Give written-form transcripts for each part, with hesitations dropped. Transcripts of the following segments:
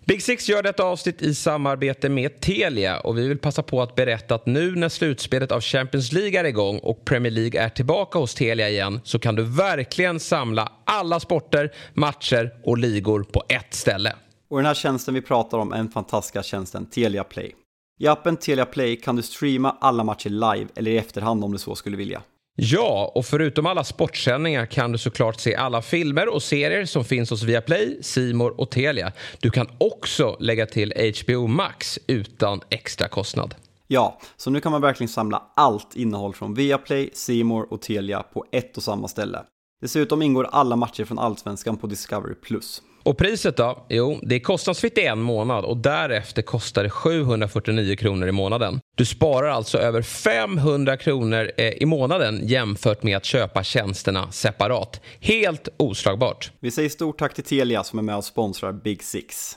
Big Six gör detta avsnitt i samarbete med Telia och vi vill passa på att berätta att nu när slutspelet av Champions League är igång och Premier League är tillbaka hos Telia igen så kan du verkligen samla alla sporter, matcher och ligor på ett ställe. Och den här tjänsten vi pratar om är den fantastiska tjänsten Telia Play. I appen Telia Play kan du streama alla matcher live eller i efterhand om du så skulle vilja. Ja, och förutom alla sportsändningar kan du såklart se alla filmer och serier som finns hos Viaplay, C More och Telia. Du kan också lägga till HBO Max utan extra kostnad. Ja, så nu kan man verkligen samla allt innehåll från Viaplay, C More och Telia på ett och samma ställe. Dessutom ingår alla matcher från Allsvenskan på Discovery+. Och priset då? Jo, det är kostnadsfritt i en månad och därefter kostar det 749 kronor i månaden. Du sparar alltså över 500 kronor i månaden jämfört med att köpa tjänsterna separat. Helt oslagbart. Vi säger stort tack till Telia som är med och sponsrar Big Six.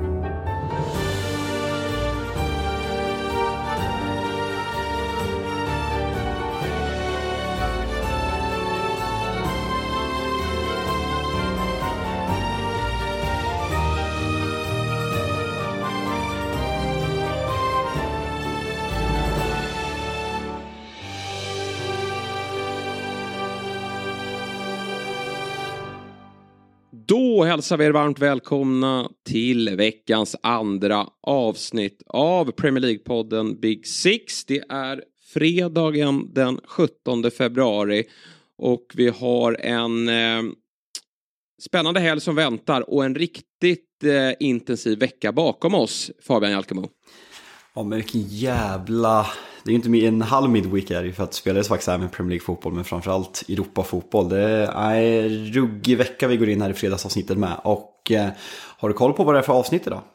Då hälsar vi er varmt välkomna till veckans andra avsnitt av Premier League-podden Big Six. Det är fredagen den 17 februari och vi har en spännande helg som väntar och en riktigt intensiv vecka bakom oss, Fabian Jalkemo. Ja, men vilken jävla... Det är ju inte mer en halv midweek är det för att spela faktiskt även Premier League-fotboll, men framförallt Europa-fotboll. Det är en ruggig vecka vi går in här i fredagsavsnittet med. Och har du koll på vad det är för avsnitt idag?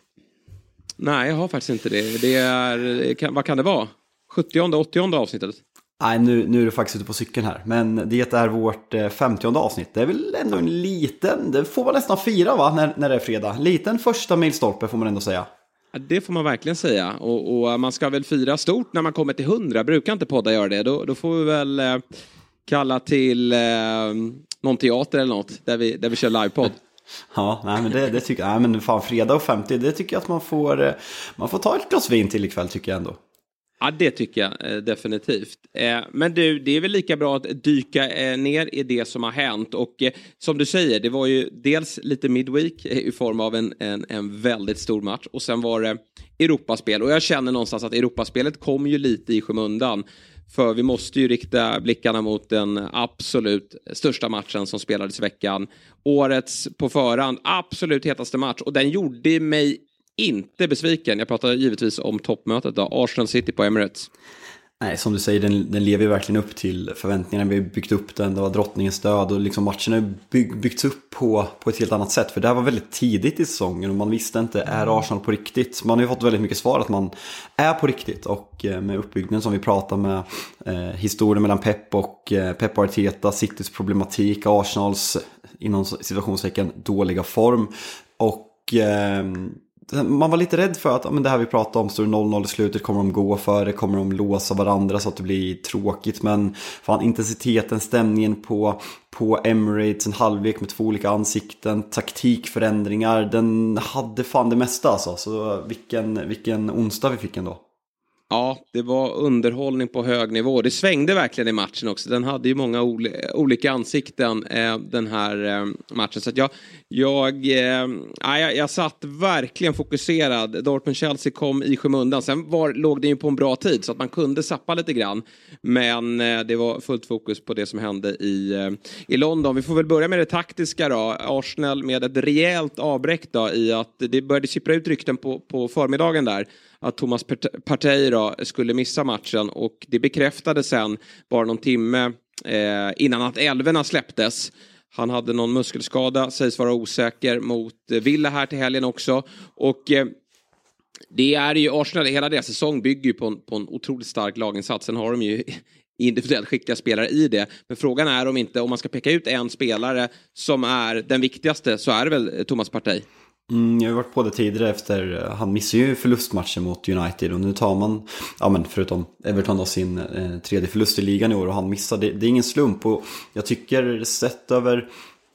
Nej, jag har faktiskt inte det. Det är, vad kan det vara? 70:e, 80:e avsnittet? Nej, nu är du faktiskt ute på cykeln här. Men det är vårt 50:e avsnitt. Det är väl ändå en liten... Det får man nästan fira va, när det är fredag. Liten första milstolpe får man ändå säga. Det får man verkligen säga. Och man ska väl fira stort när man kommer till 100. Brukar inte podda göra det. Då får vi väl kalla till någon teater eller något. Där vi kör livepodd. Ja, nej, men det tycker jag. Nej, men fan, fredag och 50. Det tycker jag att man får ta ett glas vin till ikväll tycker jag ändå. Ja, det tycker jag definitivt. Men du, det är väl lika bra att dyka ner i det som har hänt. Och som du säger, det var ju dels lite midweek i form av en väldigt stor match. Och sen var det Europaspel. Och jag känner någonstans att Europaspelet kom ju lite i skymundan. För vi måste ju rikta blickarna mot den absolut största matchen som spelades i veckan. Årets på förhand absolut hetaste match. Och den gjorde mig inte besviken. Jag pratar givetvis om toppmötet då. Arsenal City på Emirates. Nej, som du säger, den lever ju verkligen upp till förväntningarna. Vi har byggt upp den, det var drottningens död. Och liksom matchen har byggts upp på ett helt annat sätt. För det här var väldigt tidigt i säsongen. Och man visste inte, är Arsenal på riktigt? Man har ju fått väldigt mycket svar att man är på riktigt. Och med uppbyggnaden som vi pratar med, historien mellan Pep och Pep och Arteta, Citys problematik, Arsenals inom situationstecken dåliga form. Och... man var lite rädd för att men det här vi pratade om, står 0-0 i slutet, kommer de gå för det, kommer de låsa varandra så att det blir tråkigt, men fan, intensiteten, stämningen på Emirates, en halvlek med 2 olika ansikten, taktikförändringar, den hade fan det mesta alltså. Så vilken onsdag vi fick ändå. Ja, det var underhållning på hög nivå. Det svängde verkligen i matchen också. Den hade ju många olika ansikten, den här matchen. Så att jag satt verkligen fokuserad. Dortmund-Chelsea kom i skymundan. Sen låg det ju på en bra tid så att man kunde sappa lite grann. Men det var fullt fokus på det som hände i London. Vi får väl börja med det taktiska då. Arsenal med ett rejält avbräck då, i att det började sippra ut rykten på förmiddagen där. Att Thomas Partey då skulle missa matchen, och det bekräftade sen bara någon timme innan att älvorna släpptes. Han hade någon muskelskada, sägs vara osäker mot Villa här till helgen också. Och det är ju Arsenal, hela deras säsong bygger ju på en otroligt stark laginsats. Sen har de ju individuellt skickliga spelare i det. Men frågan är om man ska peka ut en spelare som är den viktigaste, så är det väl Thomas Partey. Jag har varit på det tidigare efter, han missade ju förlustmatchen mot United, och nu tar man, förutom Everton då, sin tredje förlust i ligan i år, och han missade, det är ingen slump. Och jag tycker sett över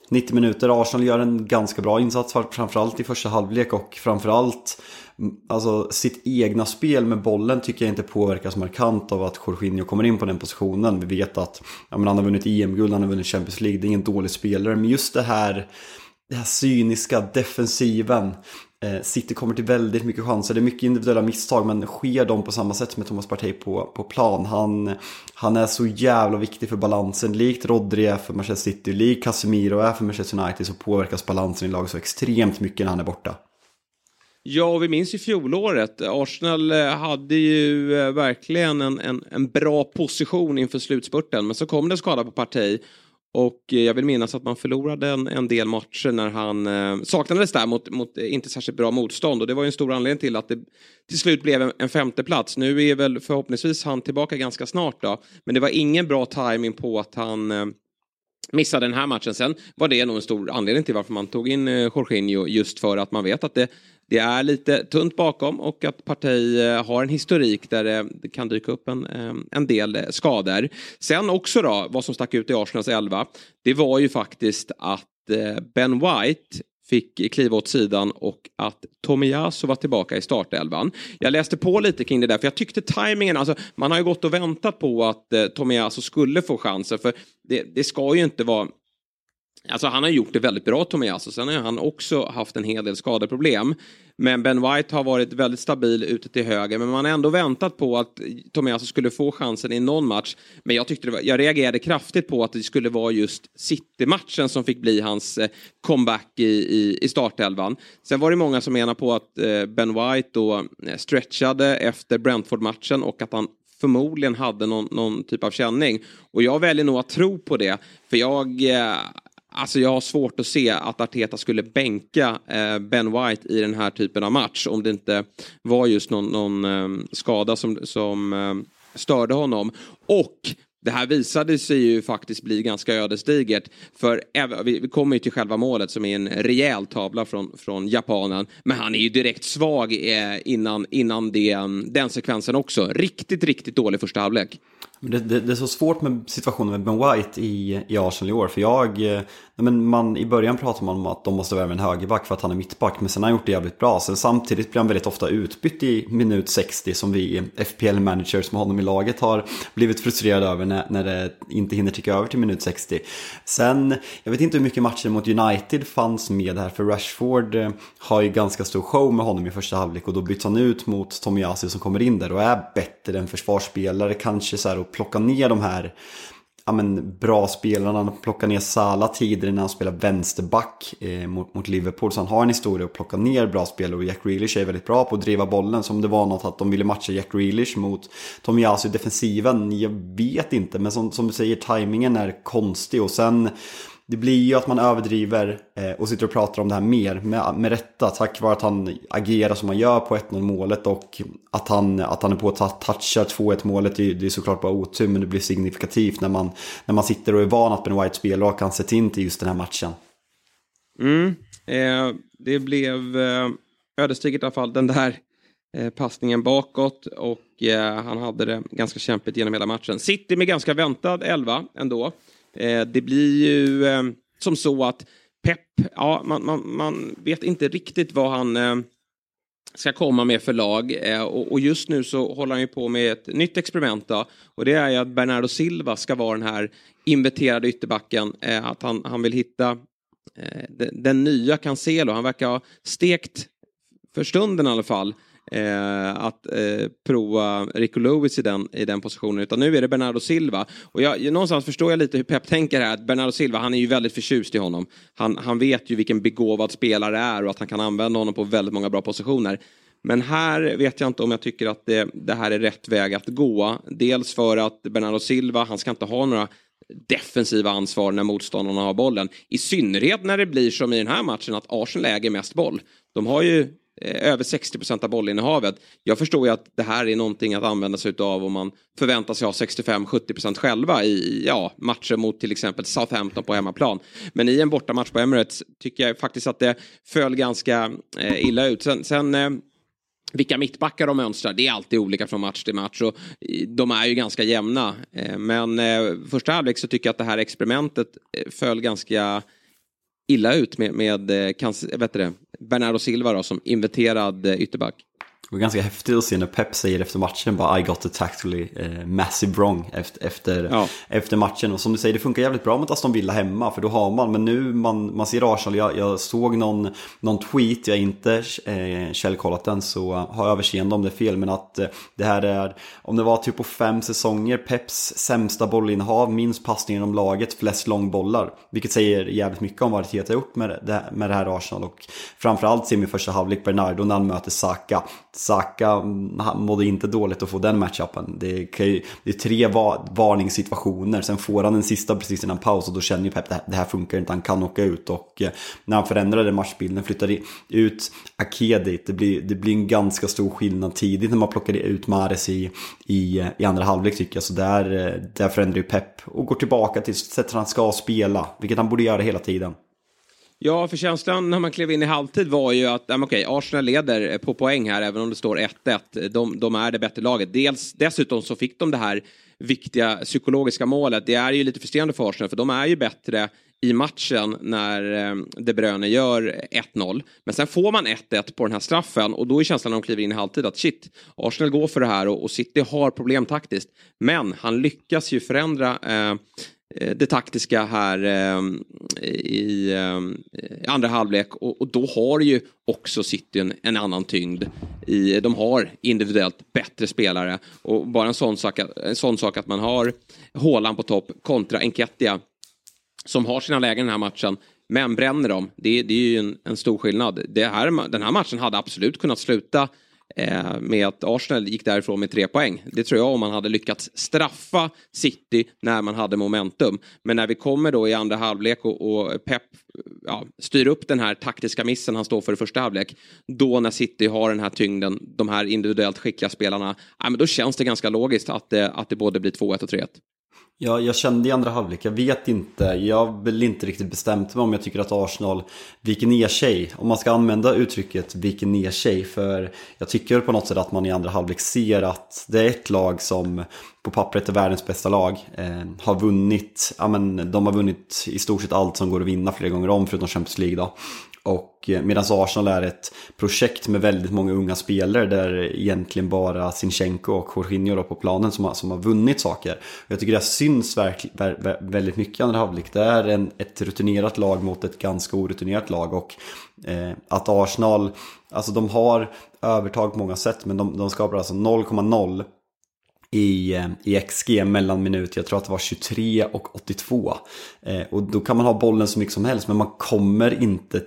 90 minuter. Arsenal gör en ganska bra insats, framförallt i första halvlek, och framförallt alltså sitt egna spel med bollen tycker jag inte påverkas markant av att Jorginho kommer in på den positionen. Vi vet att han har vunnit EM-guld, han har vunnit Champions League, det är ingen dålig spelare, men just det här cyniska defensiven. City kommer till väldigt mycket chanser. Det är mycket individuella misstag, men sker de på samma sätt med Thomas Partey på plan. Han är så jävla viktig för balansen. Likt Rodri är för Manchester City, likt Casemiro är för Manchester United, så påverkas balansen i laget så extremt mycket när han är borta. Ja, och vi minns ju fjolåret. Arsenal hade ju verkligen en bra position inför slutspurten, men så kom det skada på Partey. Och jag vill minnas att man förlorade en del matcher när han saknades där mot inte särskilt bra motstånd. Och det var ju en stor anledning till att det till slut blev en femte plats. Nu är väl förhoppningsvis han tillbaka ganska snart då. Men det var ingen bra timing på att han missade den här matchen. Sen var det nog en stor anledning till varför man tog in Jorginho, just för att man vet att det är lite tunt bakom och att Partey har en historik där det kan dyka upp en del skador. Sen också då, vad som stack ut i Arsenals 11, det var ju faktiskt att Ben White fick kliva åt sidan och att Tomiyasu var tillbaka i startelvan. Jag läste på lite kring det där, för jag tyckte tajmingen, alltså man har ju gått och väntat på att Tomiyasu skulle få chanser, för det ska ju inte vara. Alltså han har gjort det väldigt bra, Tomiyasu. Sen har han också haft en hel del skadeproblem. Men Ben White har varit väldigt stabil ute till höger. Men man har ändå väntat på att Tomiyasu skulle få chansen i någon match. Men jag reagerade kraftigt på att det skulle vara just City-matchen som fick bli hans comeback i startelvan. Sen var det många som menar på att Ben White då stretchade efter Brentford-matchen och att han förmodligen hade någon typ av känning. Och jag väljer nog att tro på det. För jag har svårt att se att Arteta skulle bänka Ben White i den här typen av match om det inte var just någon skada som störde honom. Och det här visade sig ju faktiskt bli ganska ödesdigert, för vi kommer ju till själva målet som är en rejäl tavla från japanen, men han är ju direkt svag innan den sekvensen också. Riktigt, riktigt dålig första halvlek. Det är så svårt med situationen med Ben White i Arsenal i år, för i början pratar man om att de måste värva en högerback för att han är mittback, men sen har han gjort det jävligt bra. Sen samtidigt blir han väldigt ofta utbytt i minut 60, som vi FPL-managers med honom i laget har blivit frustrerade över när det inte hinner ticka över till minut 60. Sen, jag vet inte hur mycket matcher mot United fanns med här, för Rashford har ju ganska stor show med honom i första halvlek, och då byts han ut mot Tomiyasu som kommer in där och är bättre än försvarsspelare, kanske så här, och plocka ner de här bra spelarna. Plocka ner Salah tidigare när han spelar vänsterback mot Liverpool, så han har en historia att plocka ner bra spelare, och Jack Grealish är väldigt bra på att driva bollen. Som det var något att de ville matcha Jack Grealish mot Tomiyasu i defensiven, jag vet inte, men som du säger, tajmingen är konstig. Och sen det blir ju att man överdriver och sitter och pratar om det här mer med rätta, tack vare att han agerar som han gör på 1-0 målet, och att han är på att toucha 2-1 målet. Det är såklart bara otur, men det blir signifikativt när man sitter och är van att Ben White spelar och kan sätta in till just den här matchen. Det blev ödesdigert i alla fall, den där passningen bakåt, och han hade det ganska kämpigt genom hela matchen. City med ganska väntad 11 ändå. Det blir ju som så att Pep, ja, man vet inte riktigt vad han ska komma med för lag, och just nu så håller han ju på med ett nytt experiment då, och det är ju att Bernardo Silva ska vara den här inverterade ytterbacken, att han vill hitta den nya Cancelo. Han verkar ha stekt för stunden i alla fall att prova Rico Lewis i den positionen, utan nu är det Bernardo Silva. Och någonstans förstår jag lite hur Pep tänker här, att Bernardo Silva, han är ju väldigt förtjust i honom. Han vet ju vilken begåvad spelare är och att han kan använda honom på väldigt många bra positioner. Men här vet jag inte om jag tycker att det här är rätt väg att gå. Dels för att Bernardo Silva, han ska inte ha några defensiva ansvar när motståndarna har bollen. I synnerhet när det blir som i den här matchen att Arsenal äger mest boll. De har ju över 60% av bollinnehavet. Jag förstår ju att det här är någonting att använda sig av om man förväntar sig ha 65-70% själva i matcher mot till exempel Southampton på hemmaplan. Men i en bortamatch på Emirates tycker jag faktiskt att det föll ganska illa ut. Sen vilka mittbackar de mönstrar, det är alltid olika från match till match, och de är ju ganska jämna. Men första halvlek så tycker jag att det här experimentet föll ganska illa ut med Bernardo Silva då, som inventerad ytterback. Det var ganska häftigt att se när Pep säger efter matchen bara I got a tactically massive wrong efter matchen. Och som du säger, det funkar jävligt bra mot Aston Villa hemma, för då har man, men nu man ser Arsenal, jag såg någon tweet, jag har inte källkollat den, så har jag överseende om det är fel, men att det här är, om det var typ på 5 säsonger, Peps sämsta bollinnehav, minst passningar om laget, flest långbollar, vilket säger jävligt mycket om vad Arteta har gjort med det här Arsenal. Och framförallt ser vi första halvlek Bernardo när han möter Saka mådde inte dåligt att få den matchupen. Det är 3 varningssituationer. Sen får han den sista precis innan paus, och då känner ju Pep att det här funkar inte, han kan åka ut. Och när han förändrade matchbilden, flyttade ut Akedi, det blir en ganska stor skillnad tidigt när man plockade ut Mahrez i andra halvlek, tycker jag. Så där förändrar ju Pep och går tillbaka till sättet han ska spela, vilket han borde göra hela tiden. Ja, för känslan när man klev in i halvtid var ju att Arsenal leder på poäng här, även om det står 1-1. De är det bättre laget. Dessutom så fick de det här viktiga psykologiska målet. Det är ju lite frustrerande för Arsenal, för de är ju bättre i matchen när De Bruyne gör 1-0. Men sen får man 1-1 på den här straffen, och då är känslan när de kliver in i halvtid att shit, Arsenal går för det här och City har problem taktiskt. Men han lyckas ju förändra det taktiska här i andra halvlek, och då har ju också City en annan tyngd. De har individuellt bättre spelare, och bara en sån sak att man har Haaland på topp kontra Nketiah som har sina lägen i den här matchen men bränner dem. Det är ju en stor skillnad. Den här matchen hade absolut kunnat sluta med att Arsenal gick därifrån med 3 poäng. Det tror jag, om man hade lyckats straffa City när man hade momentum. Men när vi kommer då i andra halvlek och Pep styr upp den här taktiska missen han står för i första halvlek, då när City har den här tyngden, de här individuellt skickliga spelarna, men då känns det ganska logiskt att det både blir 2-1 och 3-1. Ja, jag kände i andra halvlek, jag vill inte riktigt bestämt mig om jag tycker att Arsenal viker ner sig, om man ska använda uttrycket viker ner sig, för jag tycker på något sätt att man i andra halvlek ser att det är ett lag som på pappret är världens bästa lag, har vunnit, de har vunnit i stort sett allt som går att vinna flera gånger om förutom Champions League då. Och medan Arsenal är ett projekt med väldigt många unga spelare, där egentligen bara Zinchenko och Jorginho på planen som har vunnit saker. Jag tycker det syns väldigt mycket i andra halvlek. Det är ett rutinerat lag mot ett ganska orutinerat lag, och att Arsenal, alltså de har övertag på många sätt, men de skapar alltså 0,0 i XG mellan minut, jag tror att det var 23 och 82, och då kan man ha bollen så mycket som helst, men man kommer inte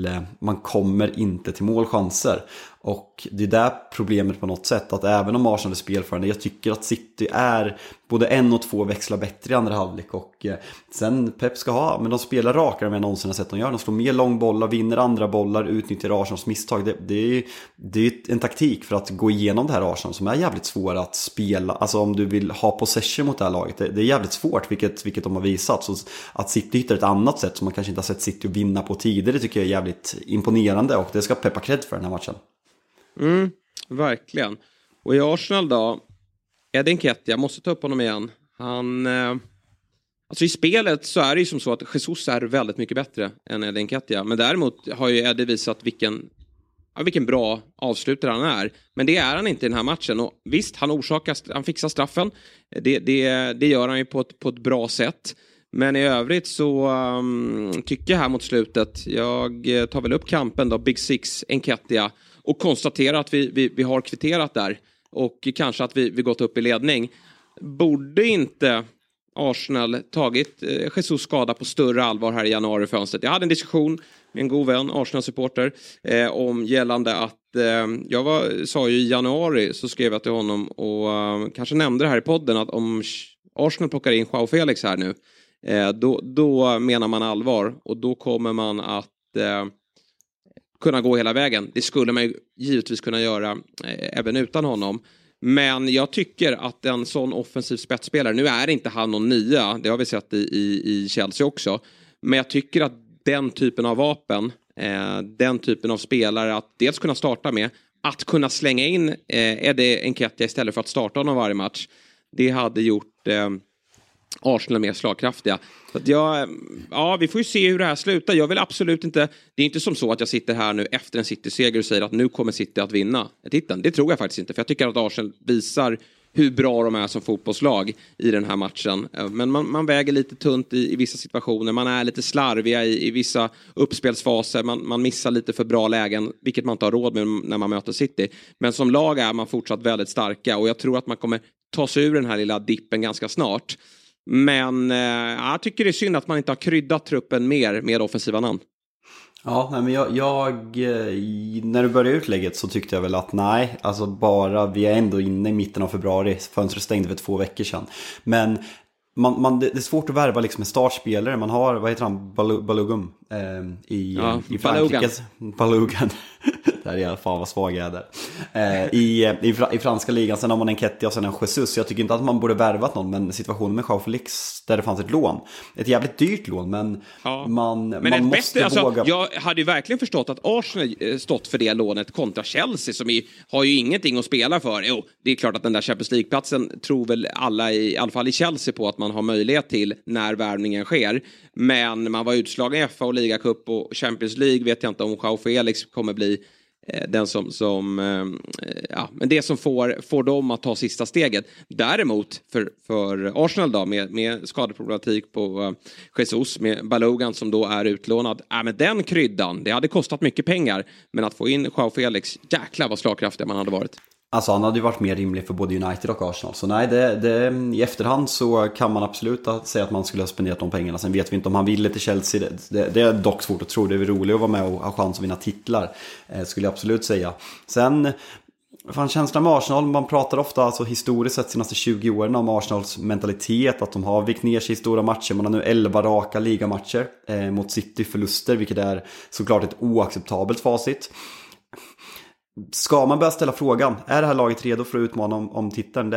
till målchanser. Och det är där problemet på något sätt, att även om Arsenal är spelförande, jag tycker att City är både 1 och 2 växlar bättre i andra halvlek. Och sen Pep ska ha, men de spelar rakare än jag någonsin har sett dem göra. De slår mer långbollar, vinner andra bollar, utnyttjar Arsenals misstag. Det är en taktik för att gå igenom det här Arsenal som är jävligt svår att spela. Alltså om du vill ha possession mot det här laget, det är jävligt svårt, vilket de har visat. Så att City hittar ett annat sätt som man kanske inte har sett City vinna på tidigare, det tycker jag är jävligt imponerande, och det ska Pep ha cred för den här matchen. Verkligen. Och i Arsenal då, Eddie Nketiah, jag måste ta upp honom igen. Alltså i spelet så är det ju som så att Jesus är väldigt mycket bättre än Eddie Nketiah. Men däremot har ju Eddie visat vilken bra avslutare han är. Men det är han inte i den här matchen. Och visst, han fixar straffen. Det gör han ju på ett bra sätt. Men i övrigt så tycker jag här mot slutet, jag tar väl upp kampen då, Big Six, Nketiah, och konstaterar att vi har kvitterat där. Och kanske att vi gått upp i ledning. Borde inte Arsenal tagit Jesus skada på större allvar här i januarifönstret? Jag hade en diskussion med en god vän, Arsenal-supporter, om gällande att sa ju i januari, så skrev jag till honom och kanske nämnde det här i podden, att om Arsenal plockar in Joao Felix här nu, då menar man allvar, och då kommer man att kunna gå hela vägen. Det skulle man ju givetvis kunna göra även utan honom. Men jag tycker att en sån offensiv spetsspelare, nu är inte han någon nia, det har vi sett i Chelsea också, men jag tycker att den typen av vapen, den typen av spelare att dels kunna starta med, att kunna slänga in Eddie Nketiah istället för att starta honom varje match, det hade gjort Arsenal är mer slagkraftiga. Så att vi får ju se hur det här slutar. Jag vill absolut inte, det är inte som så att jag sitter här nu efter en City-seger och säger att nu kommer City att vinna titeln. Det tror jag faktiskt inte, för jag tycker att Arsenal visar hur bra de är som fotbollslag i den här matchen. Men man väger lite tunt i vissa situationer. Man är lite slarviga i vissa uppspelsfaser. Man missar lite för bra lägen, vilket man inte har råd med när man möter City. Men som lag är man fortsatt väldigt starka, och jag tror att man kommer ta sig ur den här lilla dippen ganska snart. Men jag tycker det är synd att man inte har kryddat truppen mer med offensiva namn. Ja, men när du började utlägget så tyckte jag väl att nej, alltså bara vi är ändå inne i mitten av februari, fönstret stängde för 2 veckor sedan. Men det är svårt att värva liksom en startspelare. Man har, vad heter han, Balogun i Frankrike. Balogun. Där är jag, fan vad svag jag är där. I franska ligan, sen har man en Ketty och sen en Jesus. Jag tycker inte att man borde värvat någon, men situationen med João Felix där det fanns ett lån. Ett jävligt dyrt lån, men man måste våga. Jag hade ju verkligen förstått att Arsenal stått för det lånet kontra Chelsea som har ju ingenting att spela för. Jo, det är klart att den där Champions League-platsen tror väl alla i alla fall i Chelsea på att man har möjlighet till när värvningen sker. Men man var utslagen i FA och Liga Cup och Champions League vet jag inte om João Felix kommer bli den men det som får dem att ta sista steget. Däremot för Arsenal då med skadeproblematik på Jesus, med Balogun som då är utlånad. Men den kryddan, det hade kostat mycket pengar, men att få in João Felix, jäklar vad slagkraftig man hade varit. Alltså han hade ju varit mer rimlig för både United och Arsenal. Så nej, i efterhand så kan man absolut säga att man skulle ha spenderat de pengarna. Sen vet vi inte om han ville till Chelsea. Det är dock svårt att tro. Det är roligt att vara med och ha chans att vinna titlar. Skulle jag absolut säga. Sen, fan, känslan med Arsenal. Man pratar ofta alltså, historiskt sett senaste 20 åren om Arsenals mentalitet. Att de har vikt ner sig i stora matcher. Man har nu 11 raka ligamatcher mot City-förluster. Vilket är såklart ett oacceptabelt facit. Ska man börja ställa frågan, är det här laget redo för att utmana om titeln? Det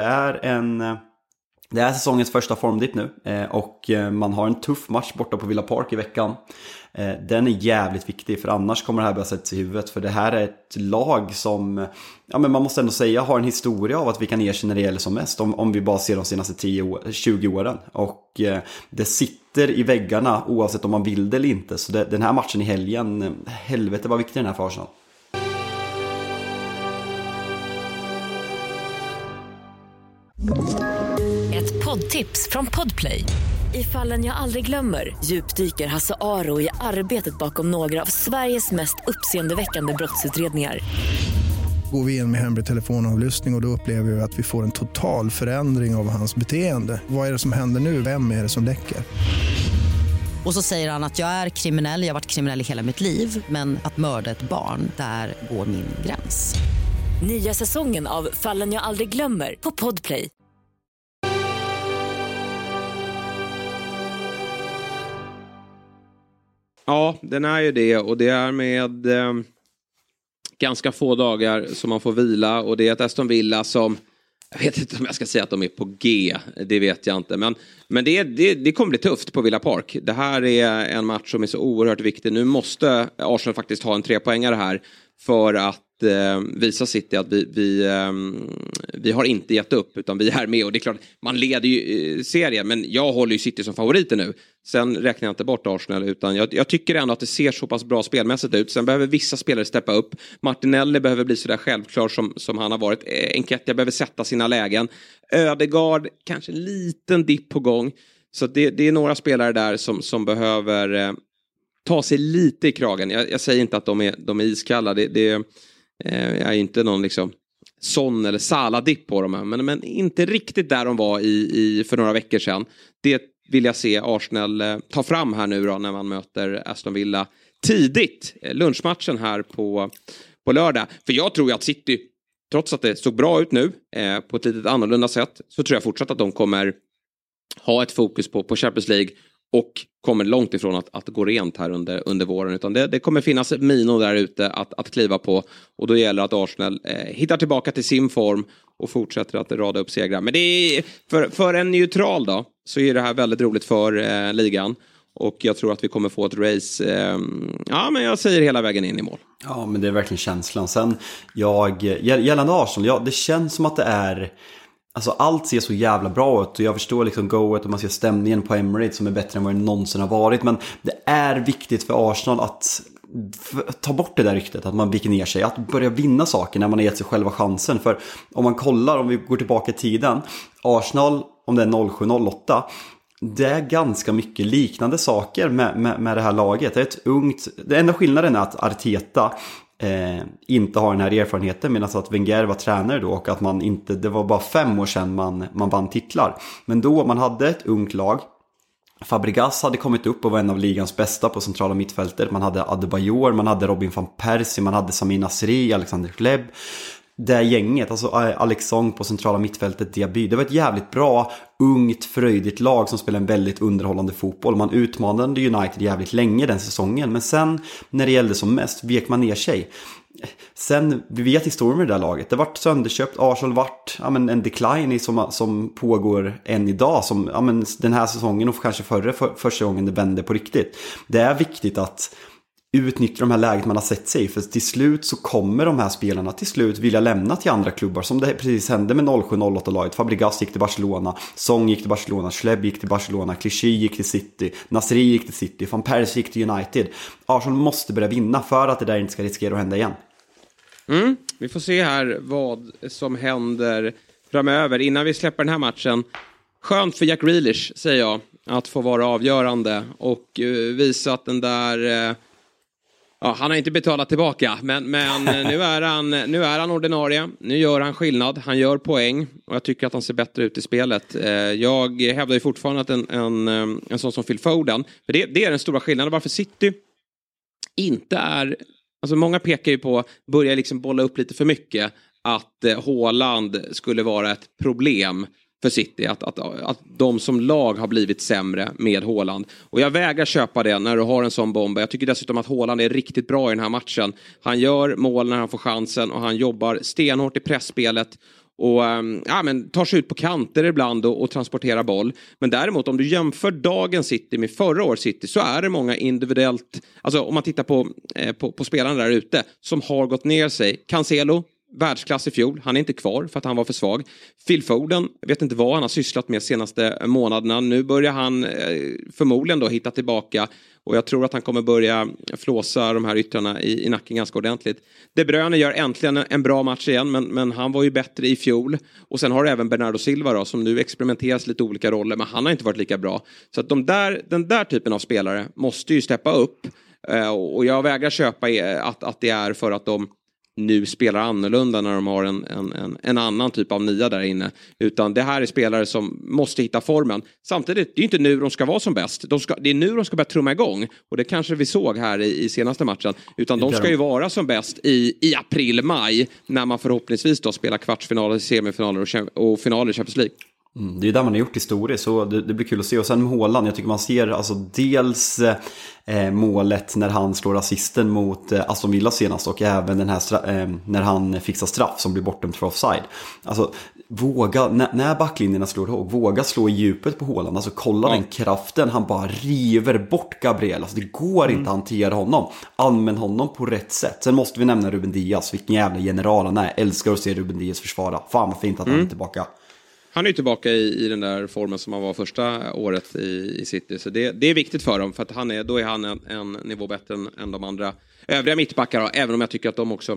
är säsongens första formdipp nu och man har en tuff match borta på Villa Park i veckan. Den är jävligt viktig, för annars kommer det här börja sätta i huvudet. För det här är ett lag som, men man måste ändå säga, har en historia av att vi kan ge sig när det gäller som mest. Om vi bara ser de senaste 20 åren. Och det sitter i väggarna oavsett om man vill det eller inte. Så den här matchen i helgen, helvete vad viktig den här för Arsenal. Ett poddtips från Podplay. I Fallen jag aldrig glömmer djupdyker Hasse Aro i arbetet bakom några av Sveriges mest uppseendeväckande brottsutredningar. Går vi in med hemlig telefonavlyssning och då upplever vi att vi får en total förändring av hans beteende. Vad är det som händer nu? Vem är det som läcker? Och så säger han att jag är kriminell, jag har varit kriminell i hela mitt liv. Men att mörda ett barn, där går min gräns. Nya säsongen av Fallen jag aldrig glömmer på Podplay. Ja, den är ju det, och det är med ganska få dagar som man får vila, och det är ett Aston Villa som, jag vet inte om jag ska säga att de är på G, det vet jag inte, men det kommer bli tufft på Villa Park. Det här är en match som är så oerhört viktig. Nu måste Arsenal faktiskt ha en 3-poängare här för att visa City att vi har inte gett upp, utan vi är med. Och det är klart, man leder ju serien, men jag håller ju City som favoriter nu. Sen räknar jag inte bort Arsenal, utan jag tycker ändå att det ser så pass bra spelmässigt ut. Sen behöver vissa spelare steppa upp. Martinelli behöver bli så där självklar som han har varit. Enketia behöver sätta sina lägen. Ödegaard, kanske en liten dipp på gång. Så det är några spelare där som behöver ta sig lite i kragen. Jag säger inte att de är iskalla. Det är inte någon liksom Son eller Salah-dipp på dem. Men inte riktigt där de var för några veckor sedan. Det vill jag se Arsenal ta fram här nu då, när man möter Aston Villa tidigt. Lunchmatchen här på lördag. För jag tror ju att City, trots att det såg bra ut nu på ett lite annorlunda sätt, så tror jag fortsatt att de kommer ha ett fokus på Champions League och kommer långt ifrån att gå rent här under våren. Utan det kommer finnas minor där ute att kliva på. Och då gäller att Arsenal hittar tillbaka till sin form och fortsätter att rada upp segrar. Men det är, för en neutral då, så är det här väldigt roligt för ligan. Och jag tror att vi kommer få ett race, men jag säger hela vägen in i mål. Ja, men det är verkligen känslan. Sen gällande Arsenal, det känns som att det är Alltså allt ser så jävla bra ut och jag förstår liksom goet och man ser stämningen på Emirates som är bättre än vad det någonsin har varit. Men det är viktigt för Arsenal att ta bort det där ryktet att man viker ner sig, att börja vinna saker när man har gett sig själva chansen. För om man kollar, om vi går tillbaka i tiden, Arsenal, om det är 07-08, det är ganska mycket liknande saker med det här laget. Det är ett ungt, det enda skillnaden är att Arteta inte har den här erfarenheten, medan att Wenger var tränare då och att man inte, det var bara 5 år sedan man vann titlar. Men då man hade ett ungt lag. Fabregas hade kommit upp och var en av ligans bästa på centrala mittfältet. Man hade Adebayor, man hade Robin van Persie, man hade Sami Nasri, Alexander Hleb. Det gänget, alltså Alex Song på centrala mittfältet, Diaby. Det var ett jävligt bra, ungt, fröjdigt lag som spelade en väldigt underhållande fotboll. Man utmanade United jävligt länge den säsongen. Men sen, när det gällde som mest, vek man ner sig. Sen, vi vet historien med det där laget. Det vart sönderköpt, Arsenal vart en decline som pågår än idag. Som den här säsongen och kanske första gången det vände på riktigt. Det är viktigt att utnyttja de här läget man har sett sig. För till slut så kommer de här spelarna till slut vilja lämna till andra klubbar. Som det precis hände med 07-08-laget. Fabregas gick till Barcelona, Song gick till Barcelona, Hleb gick till Barcelona, Clichy gick till City, Nasri gick till City, Van Persie gick till United. Arsenal måste börja vinna för att det där inte ska riskera att hända igen. Vi får se här vad som händer framöver. Innan vi släpper den här matchen, skönt för Jack Grealish, säger jag, att få vara avgörande och visa att den där... Ja, han har inte betalat tillbaka, men nu är han ordinarie. Nu gör han skillnad, han gör poäng och jag tycker att han ser bättre ut i spelet. Jag hävdar ju fortfarande att en sån som Phil Foden, för det är den stora skillnaden varför City inte är... Alltså många pekar ju på, börjar liksom bolla upp lite för mycket, att Haaland skulle vara ett problem för City, att de som lag har blivit sämre med Haaland. Och jag vägrar köpa det när du har en sån bomb. Jag tycker dessutom att Haaland är riktigt bra i den här matchen. Han gör mål när han får chansen och han jobbar stenhårt i pressspelet och tar sig ut på kanter ibland och transporterar boll. Men däremot om du jämför dagens City med förra årets City, så är det många individuellt, alltså om man tittar på spelarna där ute som har gått ner sig. Cancelo, världsklass i fjol, han är inte kvar för att han var för svag. Phil Foden, jag vet inte vad han har sysslat med senaste månaderna. Nu börjar han förmodligen då hitta tillbaka och jag tror att han kommer börja flåsa de här yttrarna i nacken ganska ordentligt. De Bruyne gör äntligen en bra match igen, men han var ju bättre i fjol. Och sen har du även Bernardo Silva då, som nu experimenteras lite olika roller, men han har inte varit lika bra. Så att den där typen av spelare måste ju steppa upp, och jag vägrar köpa att det är för att de nu spelar annorlunda när de har en annan typ av nia där inne. Utan det här är spelare som måste hitta formen. Samtidigt, det är inte nu de ska vara som bäst. Det är nu de ska börja trumma igång. Och det kanske vi såg här i senaste matchen. Utan de ska ju vara som bäst i april-maj. När man förhoppningsvis då spelar kvartsfinaler, semifinaler och finaler i Champions League. Det är där man har gjort historia, så det blir kul att se. Och sen med Haaland, jag tycker man ser alltså dels målet när han slår assisten mot Aston Villa senast, och även den här när han fixar straff som blir bortom för offside. Alltså våga, när backlinjerna slår ihåg, våga slå i djupet på Haaland. Alltså kolla den kraften, han bara river bort Gabriel. Alltså det går inte att hantera honom. Använd honom på rätt sätt. Sen måste vi nämna Ruben Dias, vilken jävla general han är. Älskar att se Ruben Dias försvara. Fan vad fint att han är tillbaka. Han är ju tillbaka i den där formen som han var första året i City. Så det är viktigt för dem. För att då är han en nivå bättre än de andra övriga mittbackar. Även om jag tycker att de också...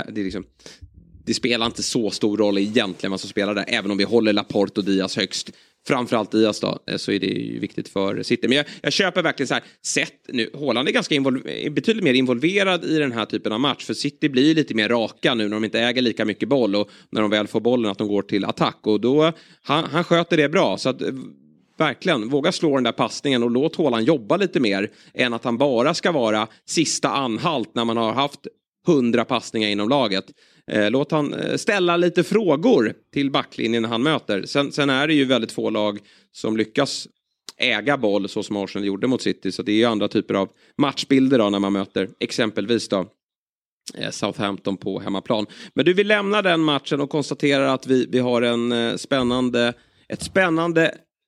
Det spelar inte så stor roll egentligen vad som spelar där. Även om vi håller Laporte och Diaz högst. Framförallt Diaz då. Så är det ju viktigt för City. Men jag köper verkligen så här. Nu, Haaland är ganska betydligt mer involverad i den här typen av match. För City blir lite mer raka nu när de inte äger lika mycket boll. Och när de väl får bollen att de går till attack. Och då, han sköter det bra. Så att verkligen, våga slå den där passningen och låt Haaland jobba lite mer. Än att han bara ska vara sista anhalt när man har haft 100 passningar inom laget. Låt han ställa lite frågor till backlinjen när han möter. Sen är det ju väldigt få lag som lyckas äga boll så som Arsenal gjorde mot City. Så det är ju andra typer av matchbilder då när man möter exempelvis då Southampton på hemmaplan. Men du, vill lämna den matchen och konstatera att vi har ett spännande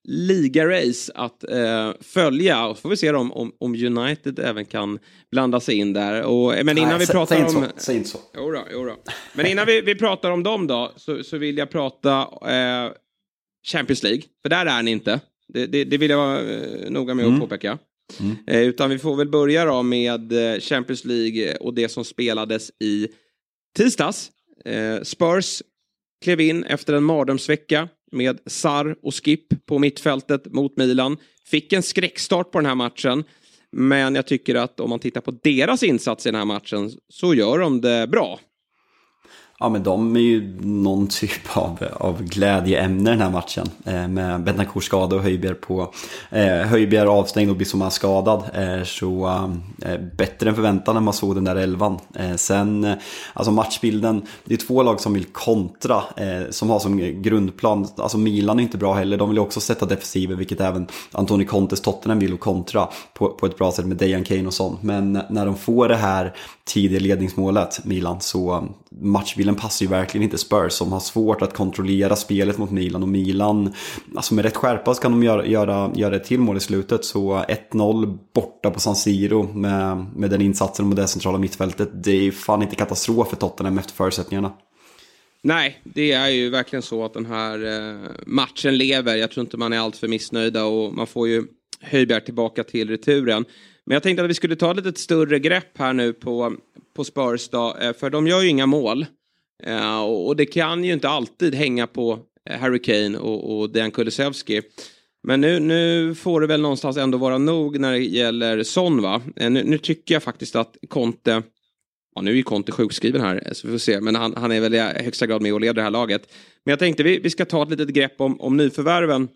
ligarace att följa. Och så får vi se om United även kan blanda sig in där. Men innan vi pratar om... Säg inte så. Jodå. Men innan vi pratar om dem då, så vill jag prata Champions League. För där är ni inte. Det vill jag vara noga med att påpeka. Utan vi får väl börja då med Champions League och det som spelades i tisdags. Spurs klev in efter en mardrömsvecka med Sarr och Skip på mittfältet mot Milan. Fick en skräckstart på den här matchen. Men jag tycker att om man tittar på deras insats i den här matchen så gör de det bra. Ja, men de är ju någon typ av glädjeämne den här matchen. Med Bentancur skadad och Højbjerg avstängd och Bissouma skadad. Så bättre än förväntan när man såg den där 11. Sen, alltså matchbilden, det är två lag som vill kontra. Som har som grundplan, alltså Milan är inte bra heller. De vill också sätta defensiven, vilket även Antonio Contes Tottenham vill, och kontra på ett bra sätt med Dejan Kane och sånt. Men när de får det här tidiga ledningsmålet, Milan, så matchbilden passar ju verkligen inte Spurs, som har svårt att kontrollera spelet mot Milan. Och Milan, alltså med rätt skärpa så kan de göra ett till mål i slutet. Så 1-0 borta på San Siro med den insatsen mot det centrala mittfältet. Det är fan inte katastrof för Tottenham efter förutsättningarna. Nej, det är ju verkligen så att den här matchen lever. Jag tror inte man är allt för missnöjda, och man får ju Højbjerg tillbaka till returen. Men jag tänkte att vi skulle ta ett lite större grepp här nu på Spurs då, för de gör ju inga mål. Och det kan ju inte alltid hänga på Harry Kane och Dejan Kulusevski. Men nu får det väl någonstans ändå vara nog när det gäller Son, va? Nu tycker jag faktiskt att Conte... Ja, nu är ju Conte sjukskriven här, så vi får se. Men han är väl i högsta grad med och leder det här laget. Men jag tänkte vi ska ta ett litet grepp om nyförvärven.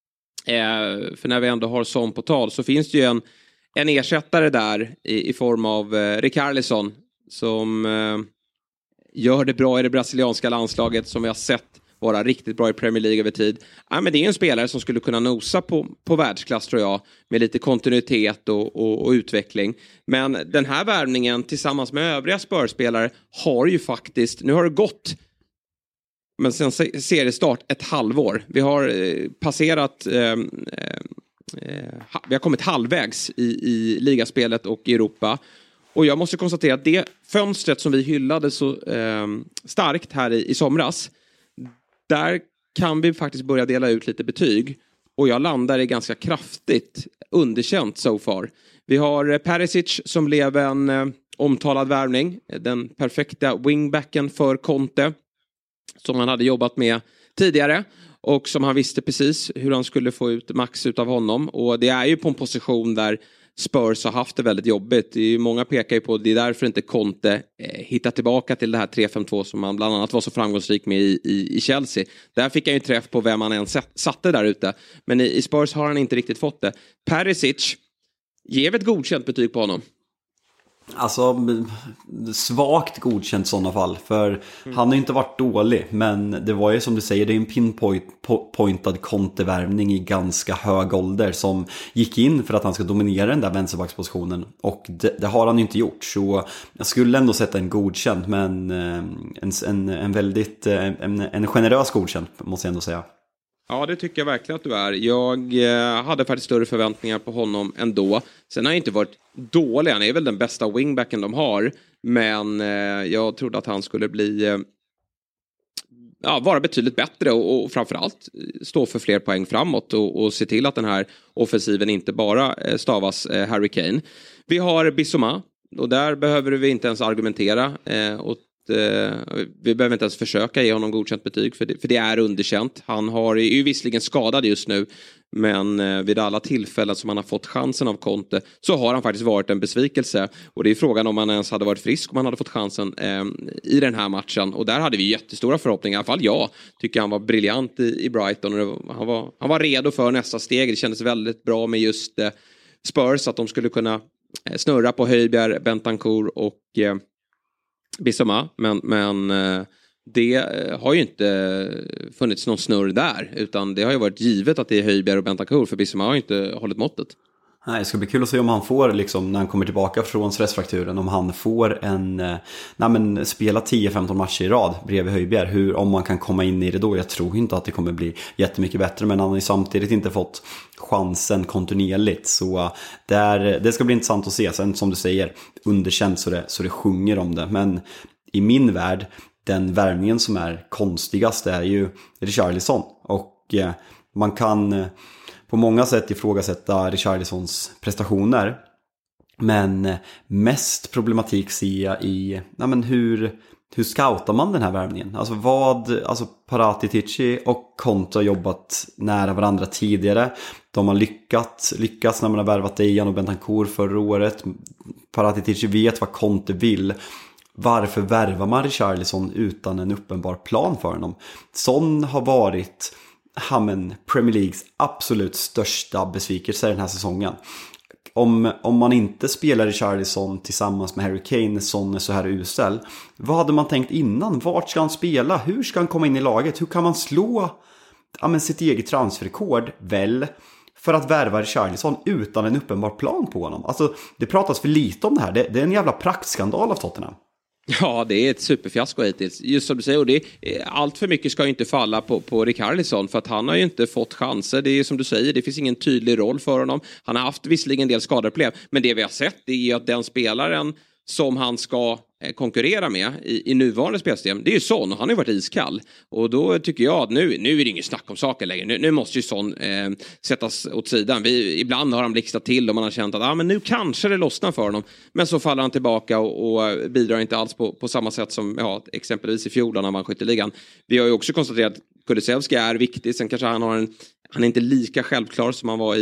För när vi ändå har Son på tal så finns det ju en ersättare där i form av Richarlison som gör det bra i det brasilianska landslaget, som vi har sett vara riktigt bra i Premier League över tid. Ja, men det är en spelare som skulle kunna nosa på världsklass, tror jag, med lite kontinuitet och utveckling. Men den här värvningen tillsammans med övriga Spurs-spelare har ju faktiskt, nu har det gått, men sen seriestart, ett halvår. Vi har passerat vi har kommit halvvägs i ligaspelet och i Europa. Och jag måste konstatera att det fönstret som vi hyllade så starkt här i somras, där kan vi faktiskt börja dela ut lite betyg. Och jag landar i ganska kraftigt underkänt so far. Vi har Perisic som blev en omtalad värvning. Den perfekta wingbacken för Conte, som han hade jobbat med tidigare. Och som han visste precis hur han skulle få ut max utav honom. Och det är ju på en position där Spurs har haft det väldigt jobbigt. Det är ju, många pekar ju på det är därför inte Conte hittar tillbaka till det här 3-5-2 som han bland annat var så framgångsrik med i Chelsea. Där fick han ju träff på vem han än satte där ute. Men i Spurs har han inte riktigt fått det. Perisic, ger ett godkänt betyg på honom? Alltså svagt godkänt i sådana fall. För han har ju inte varit dålig. Men det var ju som du säger, det är en pinpointad Conte-värvning i ganska hög ålder, som gick in för att han ska dominera den där vänsterbackspositionen. Och det har han ju inte gjort. Så jag skulle ändå sätta en godkänt, men en väldigt en generös godkänt, måste jag ändå säga. Ja, det tycker jag verkligen att du är. Jag hade faktiskt större förväntningar på honom ändå. Sen har han inte varit dålig. Han är väl den bästa wingbacken de har. Men jag trodde att han skulle bli vara betydligt bättre och framförallt stå för fler poäng framåt och se till att den här offensiven inte bara stavas Harry Kane. Vi har Bissouma, och där behöver vi inte ens argumentera vi behöver inte ens försöka ge honom godkänt betyg, för det är underkänt. Han är ju visserligen skadad just nu, men vid alla tillfällen som han har fått chansen av Conte så har han faktiskt varit en besvikelse. Och det är frågan om han ens hade varit frisk om han hade fått chansen i den här matchen. Och där hade vi jättestora förhoppningar. I alla fall jag tycker han var briljant i Brighton. Och han var redo för nästa steg. Det kändes väldigt bra med just Spurs, att de skulle kunna snurra på Højbjerg, Bentancur och Bissouma, men det har ju inte funnits någon snurr där, utan det har ju varit givet att det är Højbjerg och Bentancur, för Bissouma har ju inte hållit måttet. Nej, det ska bli kul att se om han får, liksom, när han kommer tillbaka från stressfrakturen, om han får spela 10-15 matcher i rad bredvid Højbjerg. Om man kan komma in i det då. Jag tror inte att det kommer bli jättemycket bättre, men han har ju samtidigt inte fått chansen kontinuerligt. Så det ska bli intressant att se. Sen som du säger, underkänt så det sjunger om det. Men i min värld, den värvningen som är konstigast är ju Richarlison. Och man kan på många sätt ifrågasätta Richarlisons prestationer. Men mest problematik ser jag i hur scoutar man den här värvningen? Alltså Paratici och Conte har jobbat nära varandra tidigare. De har lyckats när man har värvat Dejan och Bentancur förra året. Paratici vet vad Conte vill. Varför värvar man Richarlison utan en uppenbar plan för honom? Son har varit Premier Leagues absolut största besvikelse den här säsongen. Om man inte spelar Richarlison tillsammans med Harry Kane, Son är så här usel. Vad hade man tänkt innan? Vart ska han spela? Hur ska han komma in i laget? Hur kan man slå sitt eget transferrekord för att värva Richarlison utan en uppenbar plan på honom? Alltså, det pratas för lite om det här. Det är en jävla praktskandal av Tottenham. Ja, det är ett superfiasko hittills. Just som du säger, och allt för mycket ska ju inte falla på Richarlison, för att han har ju inte fått chanser. Det är som du säger, det finns ingen tydlig roll för honom. Han har haft visserligen en del skadeproblem, men det vi har sett är ju att den spelaren som han ska konkurrera med i nuvarande spelsystem, det är ju Son, och han har ju varit iskall. Och då tycker jag att nu är det ingen snack om saker längre. Nu måste ju Son sättas åt sidan. Ibland har han blixtat till och man har känt att men nu kanske det lossnar för honom. Men så faller han tillbaka och bidrar inte alls på samma sätt som exempelvis i fjol när han vann skytteligan. Vi har ju också konstaterat att Kulusevski är viktig. Sen kanske han är inte lika självklar som han var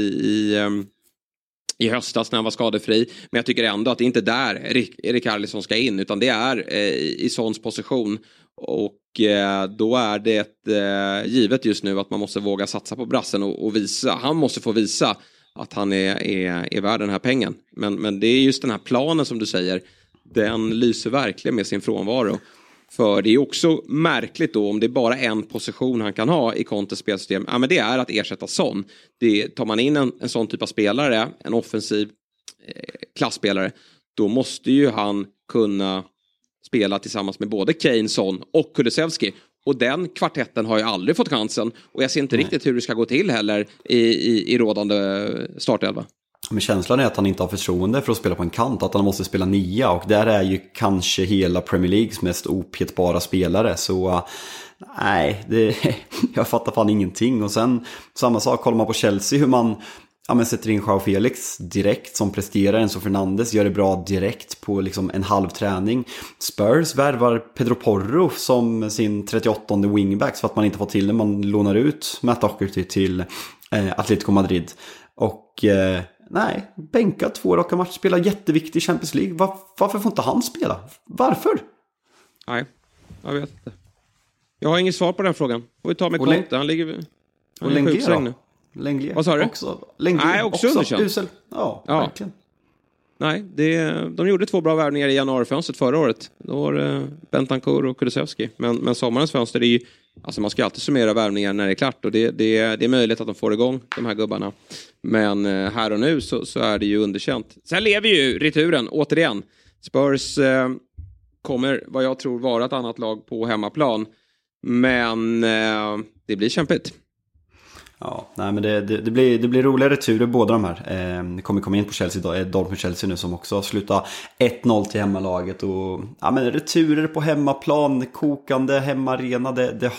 i höstas när han var skadefri. Men jag tycker ändå att det inte är där Richarlison ska in, utan det är i Sons position. Och då är det givet just nu att man måste våga satsa på brassen och visa. Han måste få visa att han är värd den här pengen. Men det är just den här planen som du säger, den lyser verkligen med sin frånvaro. För det är också märkligt då om det är bara en position han kan ha i Contes spelsystem. Ja, men det är att ersätta Son. Tar man in en sån typ av spelare, en offensiv klassspelare, då måste ju han kunna spela tillsammans med både Kane, Son och Kulusevski. Och den kvartetten har ju aldrig fått chansen. Och jag ser inte riktigt hur det ska gå till heller i rådande startelva. Men känslan är att han inte har förtroende för att spela på en kant, att han måste spela 9, och där är ju kanske hela Premier Leagues mest opetbara spelare. Så nej, jag fattar fan ingenting. Och sen samma sak, kollar man på Chelsea, hur man sätter in Joao Felix direkt som presterar, Enzo Fernandes gör det bra direkt på liksom en halv träning. Spurs värvar Pedro Porro som sin 38:e wingbacks för att man inte får till det. Man lånar ut Matt Doherty till Atletico Madrid. Och nej, bänka 2 raka matcher, spela jätteviktig Champions League. Varför får inte han spela? Varför? Nej, jag vet inte. Jag har inget svar på den frågan. Får vi ta med Conte, han ligger sjuksräng nu. Lenglet. Vad sa du? Nej, också underkänt. Usel. Ja, verkligen. Nej, de gjorde 2 bra värvningar i januarifönstret förra året. Då var det Bentancur och Kulusevski. Men sommarens fönster är ju... Alltså man ska alltid summera värvningar när det är klart. Och det är möjligt att de får igång de här gubbarna. Men här och nu så är det ju underkänt. Sen lever ju returen, återigen. Spurs kommer, vad jag tror, vara ett annat lag på hemmaplan. Men det blir kämpigt. Ja, nej, men det blir roliga returer båda de här. Det kommer komma in på Chelsea, Dortmund-Chelsea nu som också slutar 1-0 till hemmalaget. Och men returer på hemmaplan, kokande hemmaarena, det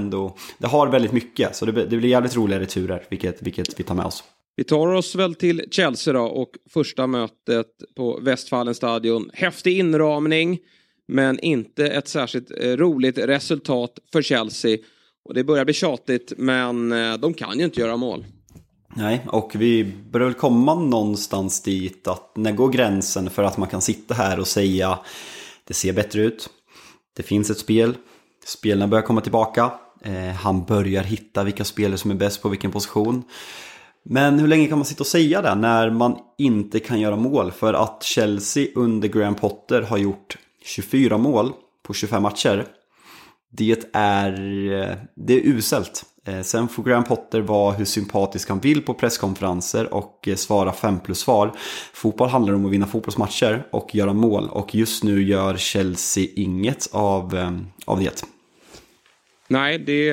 har väldigt mycket. Så det blir jävligt roliga returer, vilket vi tar med oss. Vi tar oss väl till Chelsea då, och första mötet på Westfalenstadion. Häftig inramning, men inte ett särskilt roligt resultat för Chelsea. Och det börjar bli tjatigt, men de kan ju inte göra mål. Nej, och vi börjar väl komma någonstans dit att när går gränsen för att man kan sitta här och säga det ser bättre ut. Det finns ett spel. Spelarna börjar komma tillbaka. Han börjar hitta vilka spelare som är bäst på vilken position. Men hur länge kan man sitta och säga det när man inte kan göra mål? För att Chelsea under Graham Potter har gjort 24 mål på 25 matcher. Det är uselt. Sen får Graham Potter vara hur sympatisk han vill på presskonferenser och svara 5+svar. Fotboll handlar om att vinna fotbollsmatcher och göra mål. Och just nu gör Chelsea inget av det. Nej, det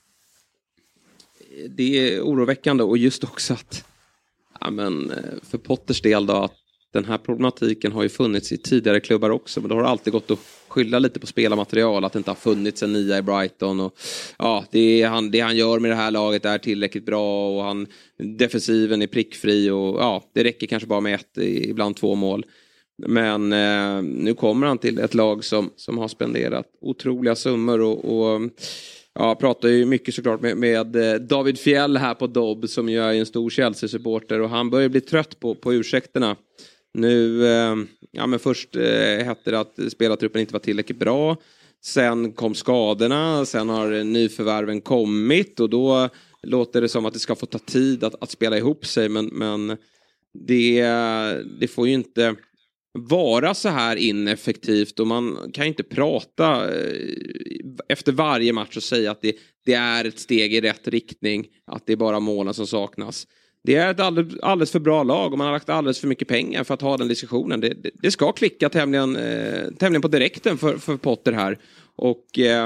är oroväckande. Och just också att för Potters del då, att den här problematiken har ju funnits i tidigare klubbar också. Men då har det alltid gått att skylla lite på spelarmaterial. Att det inte har funnits en nia i Brighton. Och, ja, det han gör med det här laget är tillräckligt bra. Och defensiven är prickfri. Och ja, det räcker kanske bara med 1, ibland 2 mål. Men nu kommer han till ett lag som har spenderat otroliga summor. Och jag pratar ju mycket såklart med David Fjell här på Dobb, som ju är en stor Chelsea-supporter. Och han börjar bli trött på ursäkterna. Nu, men först hette det att spelartruppen inte var tillräckligt bra. Sen kom skadorna, sen har nyförvärven kommit. Och då låter det som att det ska få ta tid att spela ihop sig. Men det får ju inte vara så här ineffektivt. Och man kan inte prata efter varje match och säga att det är ett steg i rätt riktning. Att det är bara målen som saknas. Det är ett alldeles för bra lag och man har lagt alldeles för mycket pengar för att ha den diskussionen. Det ska klicka tämligen på direkten för Potter här. Och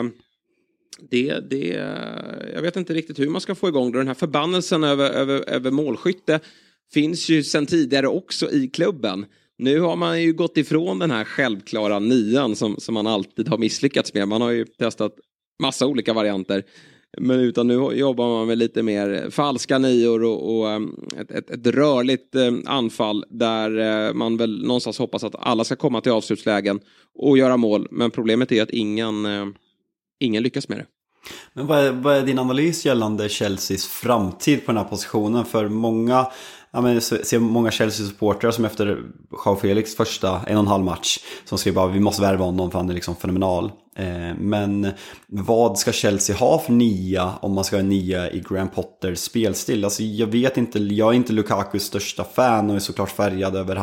jag vet inte riktigt hur man ska få igång det. Den här förbannelsen över målskytte finns ju sedan tidigare också i klubben. Nu har man ju gått ifrån den här självklara 9 som man alltid har misslyckats med. Man har ju testat massa olika varianter. Men utan nu jobbar man med lite mer falska 9 och ett rörligt anfall där man väl någonstans hoppas att alla ska komma till avslutslägen och göra mål. Men problemet är att ingen lyckas med det. Men vad är din analys gällande Chelseas framtid på den här positionen? För många... ser många Chelsea-supportrar som efter João Felix första 1,5 match som skriver bara vi måste värva honom för han är liksom fenomenal. Men vad ska Chelsea ha för 9 om man ska ha en 9 i Graham Potters spelstil? Alltså jag vet inte, jag är inte Lukakus största fan och är såklart färgad över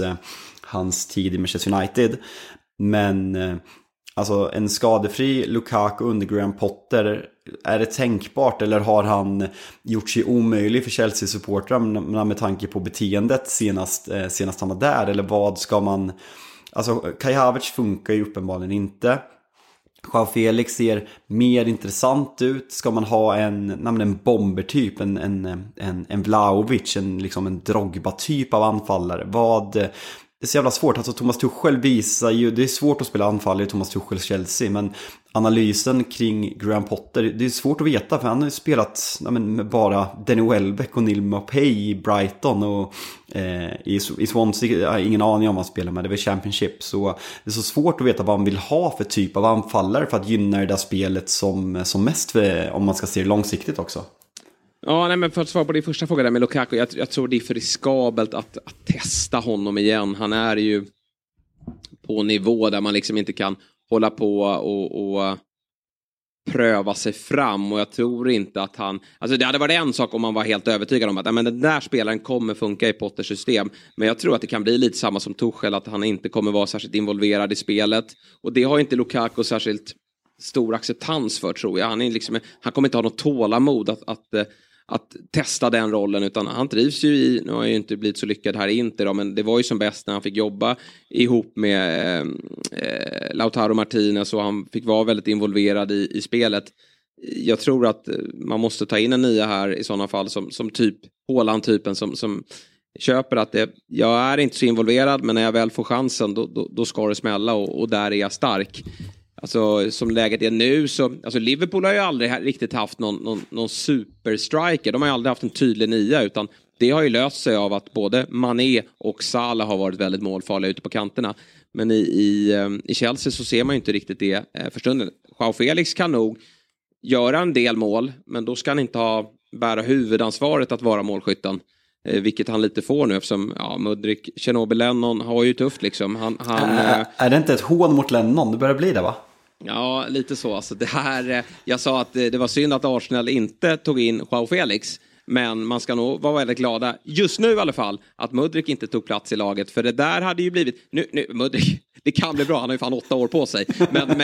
hans tid i Manchester United. Men alltså en skadefri Lukaku under Graham Potter, är det tänkbart eller har han gjort sig omöjlig för Chelsea-supportrar med tanke på beteendet senast han var där? Eller vad ska man... Alltså Kai Havertz funkar ju uppenbarligen inte. João Felix ser mer intressant ut. Ska man ha en bombertyp, en Vlahovic, en Drogba-typ av anfallare? Det är så jävla svårt. Alltså Thomas Tuchel visar ju... Det är svårt att spela anfall i Thomas Tuchels Chelsea. Men analysen kring Graham Potter, det är svårt att veta. För han har ju spelat med bara Danny Welbeck och Neil Maupay i Brighton. Och i Swansea, jag har ingen aning om vad han spelar med. Det är väl Championship. Så det är så svårt att veta vad han vill ha för typ av anfallare för att gynna det där spelet som mest, om man ska se det långsiktigt också. Ja, nej, men för att svara på din första fråga där med Lukaku, jag tror det är för riskabelt att testa honom igen. Han är ju på nivå där man liksom inte kan hålla på och pröva sig fram. Och jag tror inte att han... Alltså det hade varit en sak om man var helt övertygad om att men den där spelaren kommer funka i Potters system. Men jag tror att det kan bli lite samma som Tuchel, att han inte kommer vara särskilt involverad i spelet. Och det har inte Lukaku särskilt stor acceptans för, tror jag. Han kommer inte ha något tålamod att testa den rollen, utan han trivs ju i, nu har ju inte blivit så lyckad här i Inter då, men det var ju som bäst när han fick jobba ihop med Lautaro Martinez och han fick vara väldigt involverad i spelet. Jag tror att man måste ta in en nya här i sådana fall som typ Haaland-typen som köper att jag är inte så involverad, men när jag väl får chansen då ska det smälla och där är jag stark. Alltså som läget är nu så... Alltså Liverpool har ju aldrig riktigt haft någon superstriker. De har ju aldrig haft en tydlig 9, utan det har ju löst sig av att både Mané och Salah har varit väldigt målfarliga ute på kanterna. Men i Chelsea så ser man ju inte riktigt det för stunden. João Felix kan nog göra en del mål, men då ska han inte bära huvudansvaret att vara målskytten. Vilket han lite får nu eftersom Mudryk, Chernobyl, Lennon har ju tufft liksom. Är det inte ett hån mot Lennon? Det börjar bli det, va? Ja, lite så. Alltså, det här, jag sa att det var synd att Arsenal inte tog in João Felix. Men man ska nog vara väldigt glada, just nu i alla fall, att Mudryk inte tog plats i laget. För det där hade ju blivit... Nu Mudryk, Det kan bli bra, han har ju fan 8 år på sig.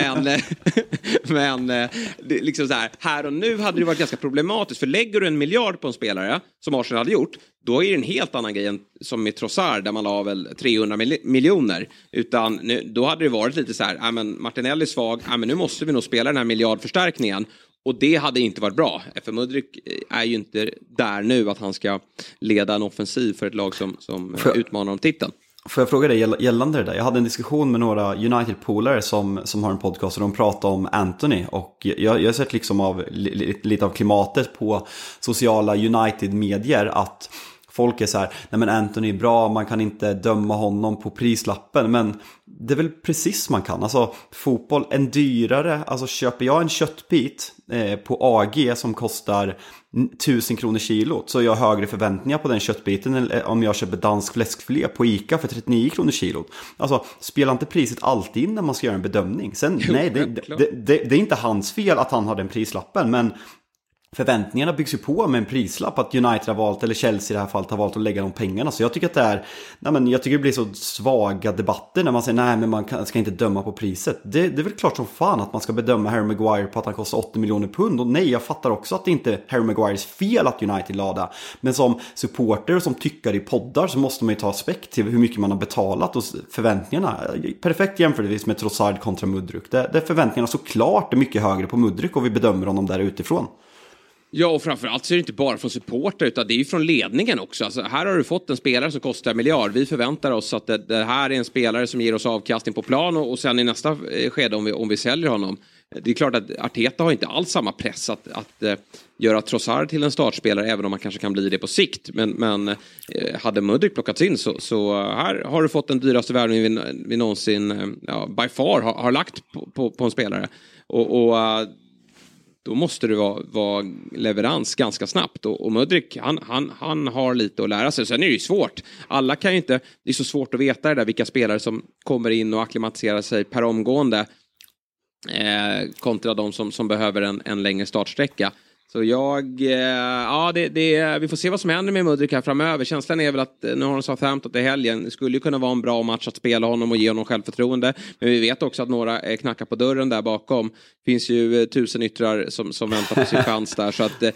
Men det, liksom så här och nu hade det varit ganska problematiskt. För lägger du 1 miljard på en spelare, som Arsenal hade gjort, då är det en helt annan grej än som med Trossard, där man har väl 300 miljoner. Utan nu, då hade det varit lite så här, men Martinelli är svag, men nu måste vi nog spela den här miljardförstärkningen. Och det hade inte varit bra. För Mudryk är ju inte där nu att han ska leda en offensiv för ett lag som utmanar om titeln. Får jag fråga dig gällande det där? Jag hade en diskussion med några United-polare som har en podcast och de pratade om Anthony. Och jag har sett liksom lite av klimatet på sociala United-medier att folk är så här, nej men Anthony är bra, man kan inte döma honom på prislappen. Men det är väl precis man kan. Alltså fotboll, en dyrare, alltså köper jag en köttbit på AG som kostar 1000 kronor kilot, så jag har högre förväntningar på den köttbiten än om jag köper dansk fläskfilé på ICA för 39 kronor kilot. Alltså spelar inte priset alltid in när man ska göra en bedömning? Sen, nej, det är inte hans fel att han har den prislappen, men förväntningarna byggs ju på med en prislapp att United har valt, eller Chelsea i det här fallet har valt att lägga de pengarna. Så jag tycker att det är, jag tycker det blir så svaga debatter när man säger nej men man ska inte döma på priset. Det är väl klart som fan att man ska bedöma Harry Maguire på att han kostar 80 miljoner pund. Och nej, jag fattar också att det inte är Harry Maguires fel att United lada. Men som supporter och som tyckare i poddar så måste man ju ta aspekt till hur mycket man har betalat och förväntningarna. Perfekt jämförelsevis med Trossard kontra Mudryk. Där förväntningarna såklart är mycket högre på Mudryk och vi bedömer honom där utifrån. Ja, och framförallt så är det inte bara från supporter utan det är ju från ledningen också. Alltså, här har du fått en spelare som kostar 1 miljard. Vi förväntar oss att det här är en spelare som ger oss avkastning på plan och sen i nästa skede om vi säljer honom. Det är klart att Arteta har inte alls samma press att göra Trossard till en startspelare, även om man kanske kan bli det på sikt. Men hade Mudryk plockats in så här har du fått den dyraste värvningen vi någonsin by far har lagt på en spelare. Och då måste det vara leverans ganska snabbt. Och Mudryk, han har lite att lära sig. Sen är det ju svårt. Alla kan ju inte, det är så svårt att veta det där, vilka spelare som kommer in och akklimatiserar sig per omgående kontra de som behöver en längre startsträcka. Så vi får se vad som händer med Mudryk här framöver. Känslan är väl att nu har de Southampton till helgen. Det skulle ju kunna vara en bra match att spela honom och ge honom självförtroende. Men vi vet också att några knackar på dörren där bakom. Finns ju 1000 yttrar som väntar på sin chans där. Så att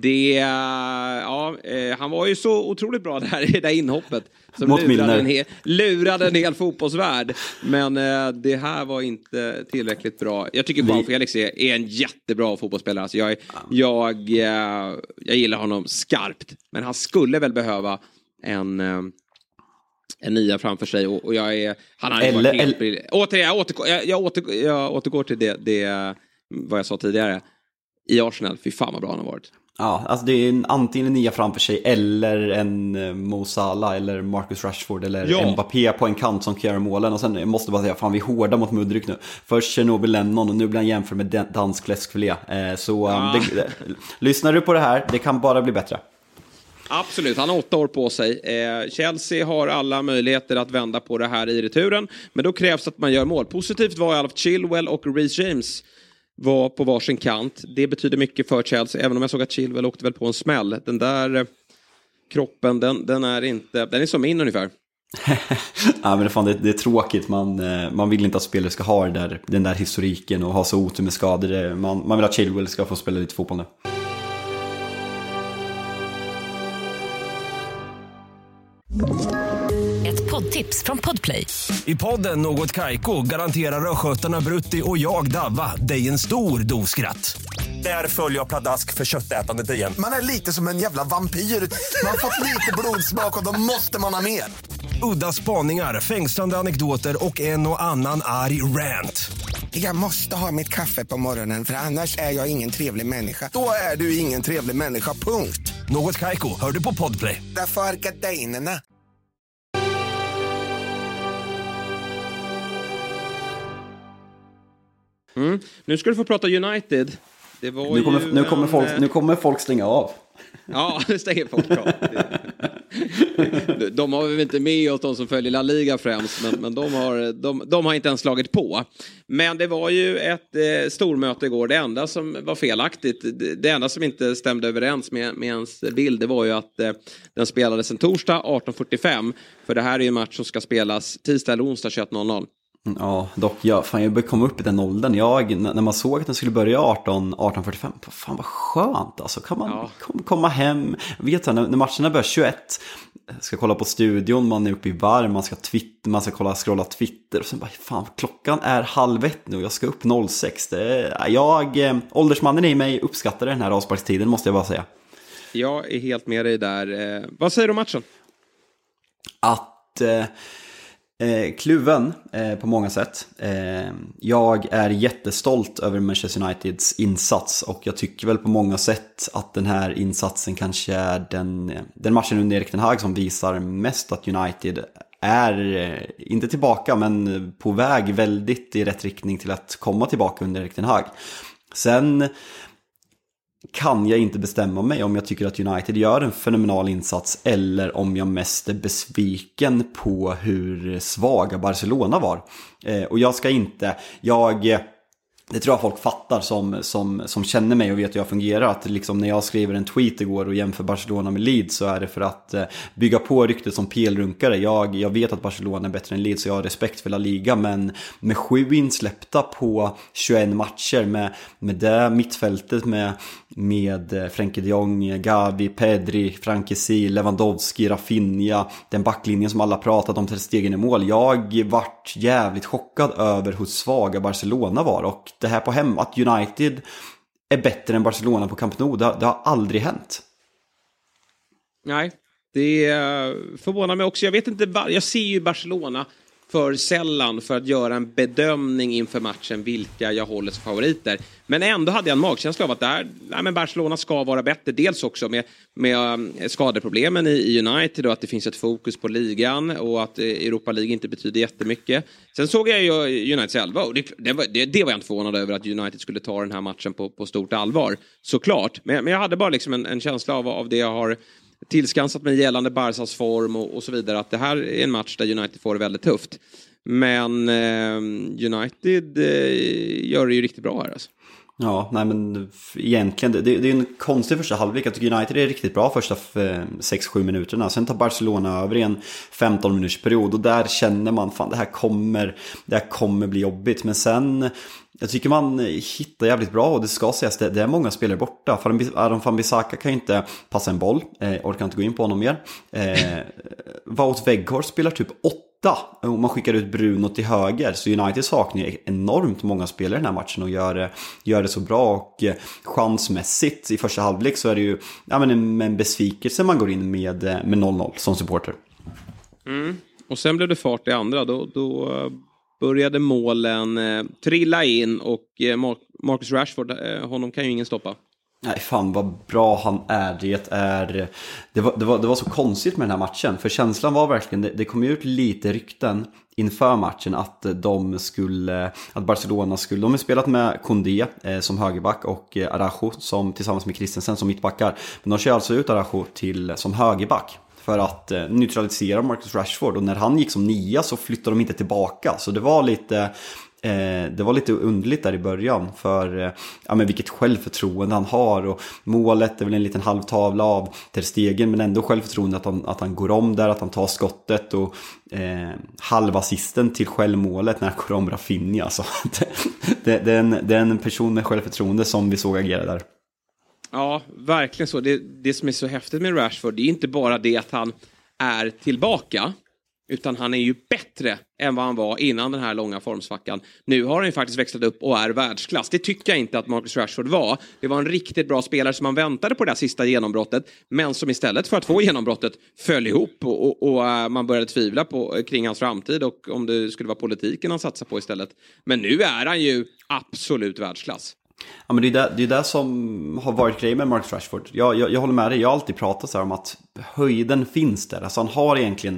han var ju så otroligt bra där i det där inhoppet. Som lurade en hel fotbollsvärld. Men det här var inte tillräckligt bra. Jag tycker Juan Felix är en jättebra fotbollsspelare. Alltså jag gillar honom skarpt. Men han skulle väl behöva en nia framför sig. Och han har ju varit helt brillig. Jag återgår till det vad jag sa tidigare. I Arsenal, fy fan vad bra han har varit. Ja, alltså det är antingen en nia framför sig eller en Mo Salah eller Marcus Rashford eller Mbappé på en kant som kan göra målen. Och sen måste jag bara säga, fan vi är hårda mot Mudryk nu. Först Chernobyl Lennon och nu blir han jämförd med dansk fläskfilé. Lyssnar du på det här, det kan bara bli bättre. Absolut, han har 8 år på sig. Chelsea har alla möjligheter att vända på det här i returen. Men då krävs att man gör mål. Positivt var i alla fall Chilwell och Reece James var på varsin kant. Det betyder mycket för Chelsea. Även om jag såg att Chilwell åkte väl på en smäll. Den där kroppen, den är som min ungefär. Ja, men det är tråkigt. Man vill inte att spelare ska ha den där historiken och ha så otur med skador. Man vill att Chilwell ska få spela lite fotboll nu. Ett poddtips från Podplay. I podden Något Kaiko garanterar röskötarna Brutti och jag Davva dig en stor doskratt. Där följer jag pladask för köttätandet igen. Man är lite som en jävla vampyr. Man har fått lite blodsmak och då måste man ha mer. Udda spaningar, fängslande anekdoter och en och annan arg rant. Jag måste ha mitt kaffe på morgonen för annars är jag ingen trevlig människa. Då är du ingen trevlig människa, punkt. Något Kaiko, hör du på Podplay. Därför är gardinerna. Nu ska du få prata United. Det var nu kommer folk stänga av. Ja, det stänger folk av. De har vi inte med oss, de som följer La Liga främst, men de har inte ens slagit på. Men det var ju ett stormöte igår. Det enda som var felaktigt, det enda som inte stämde överens med ens bild, det var ju att den spelades en torsdag 18:45. För det här är ju en match som ska spelas tisdag eller onsdag 21:00. Ja, dock jag började komma upp i den åldern. När man såg att den skulle börja 18:45, fan vad skönt alltså. Kan man komma hem, vet du, när matcherna börjar 21, ska kolla på studion, man är uppe i varv, man ska scrolla Twitter och sen bara, fan, klockan är 12:30 nu, jag ska upp 06. Åldersmannen i mig uppskattar den här avsparkstiden, måste jag bara säga. Jag är helt med dig där. Vad säger du om matchen? Att kluven på många sätt. Jag är jättestolt över Manchester Uniteds insats, och jag tycker väl på många sätt att den här insatsen kanske är den matchen under Erik ten Hag som visar mest att United är inte tillbaka, men på väg väldigt i rätt riktning till att komma tillbaka under Erik ten Hag. Sen kan jag inte bestämma mig om jag tycker att United gör en fenomenal insats eller om jag mest är besviken på hur svaga Barcelona var. Och det tror jag folk fattar som känner mig och vet hur jag fungerar, att liksom när jag skriver en tweet igår och jämför Barcelona med Leeds, så är det för att bygga på ryktet som PL-runkare. Jag vet att Barcelona är bättre än Leeds, så jag har respekt för La Liga, men med 7 insläppta på 21 matcher, med det mittfältet med Frenkie de Jong, Gavi, Pedri, Franquesi, Lewandowski, Rafinha, den backlinjen som alla pratat om, till stegen i mål. Jag vart jävligt chockad över hur svaga Barcelona var, och det här på hem, att United är bättre än Barcelona på Camp Nou, det har aldrig hänt. Nej, det förvånar mig också. Jag vet inte, jag ser ju Barcelona för sällan för att göra en bedömning inför matchen vilka jag håller som favoriter. Men ändå hade jag en magkänsla av att Barcelona ska vara bättre. Dels också med skadeproblemen i United, och att det finns ett fokus på ligan och att Europa League inte betyder jättemycket. Sen såg jag ju Uniteds 11, och det var jag inte förvånad över, att United skulle ta den här matchen på stort allvar. Såklart. Men jag hade bara liksom en känsla av det jag har tillskansat mig gällande Barsas form och så vidare, att det här är en match där United får det väldigt tufft. Men United gör det ju riktigt bra här alltså. Ja, nej men egentligen det är en konstig första halvlek. Jag tycker United är riktigt bra första 6-7 minuterna. Sen tar Barcelona över i en 15 minuters period, och där känner man, fan, det här kommer bli jobbigt. Men sen, jag tycker man hittar jävligt bra, och det ska sägas, det är många spelare borta. Aaron Wan-Bissaka kan ju inte passa en boll, orkar inte gå in på honom mer. Wout Weghorst spelar typ 8, och man skickar ut Bruno till höger. Så United saknar ju enormt många spelare i den här matchen och gör det så bra. Och chansmässigt i första halvlek så är det ju en besvikelse man går in med 0-0 som supporter. Och sen blev det fart i andra. Då började målen trilla in, och Marcus Rashford, honom kan ju ingen stoppa. Nej, fan vad bra han är. Det var så konstigt med den här matchen. För känslan var verkligen, det kom ut lite rykten inför matchen att Barcelona skulle, de har spelat med Koundé som högerback och Araujo som tillsammans med Christensen som mittbackar. Men de kör alltså ut Araujo som högerback för att neutralisera Marcus Rashford, och när han gick som 9 så flyttade de inte tillbaka. Så det var lite underligt där i början, för vilket självförtroende han har, och målet är väl en liten halvtavla av Ter Stegen, men ändå självförtroende att han går om där, att han tar skottet, och halvassisten till självmålet när han går om Rafinha. Så det är en person med självförtroende som vi såg agera där. Ja, verkligen så. Det som är så häftigt med Rashford, det är inte bara det att han är tillbaka, utan han är ju bättre än vad han var innan den här långa formsvackan. Nu har han ju faktiskt växlat upp och är världsklass. Det tycker jag inte att Marcus Rashford var. Det var en riktigt bra spelare som man väntade på det här sista genombrottet, men som istället för att få genombrottet föll ihop, och man började tvivla kring hans framtid och om det skulle vara politiken han satsar på istället. Men nu är han ju absolut världsklass. Ja, men det är det som har varit grejen med Marcus Rashford. Jag håller med dig, jag har alltid pratat så här om att höjden finns där. Alltså han har egentligen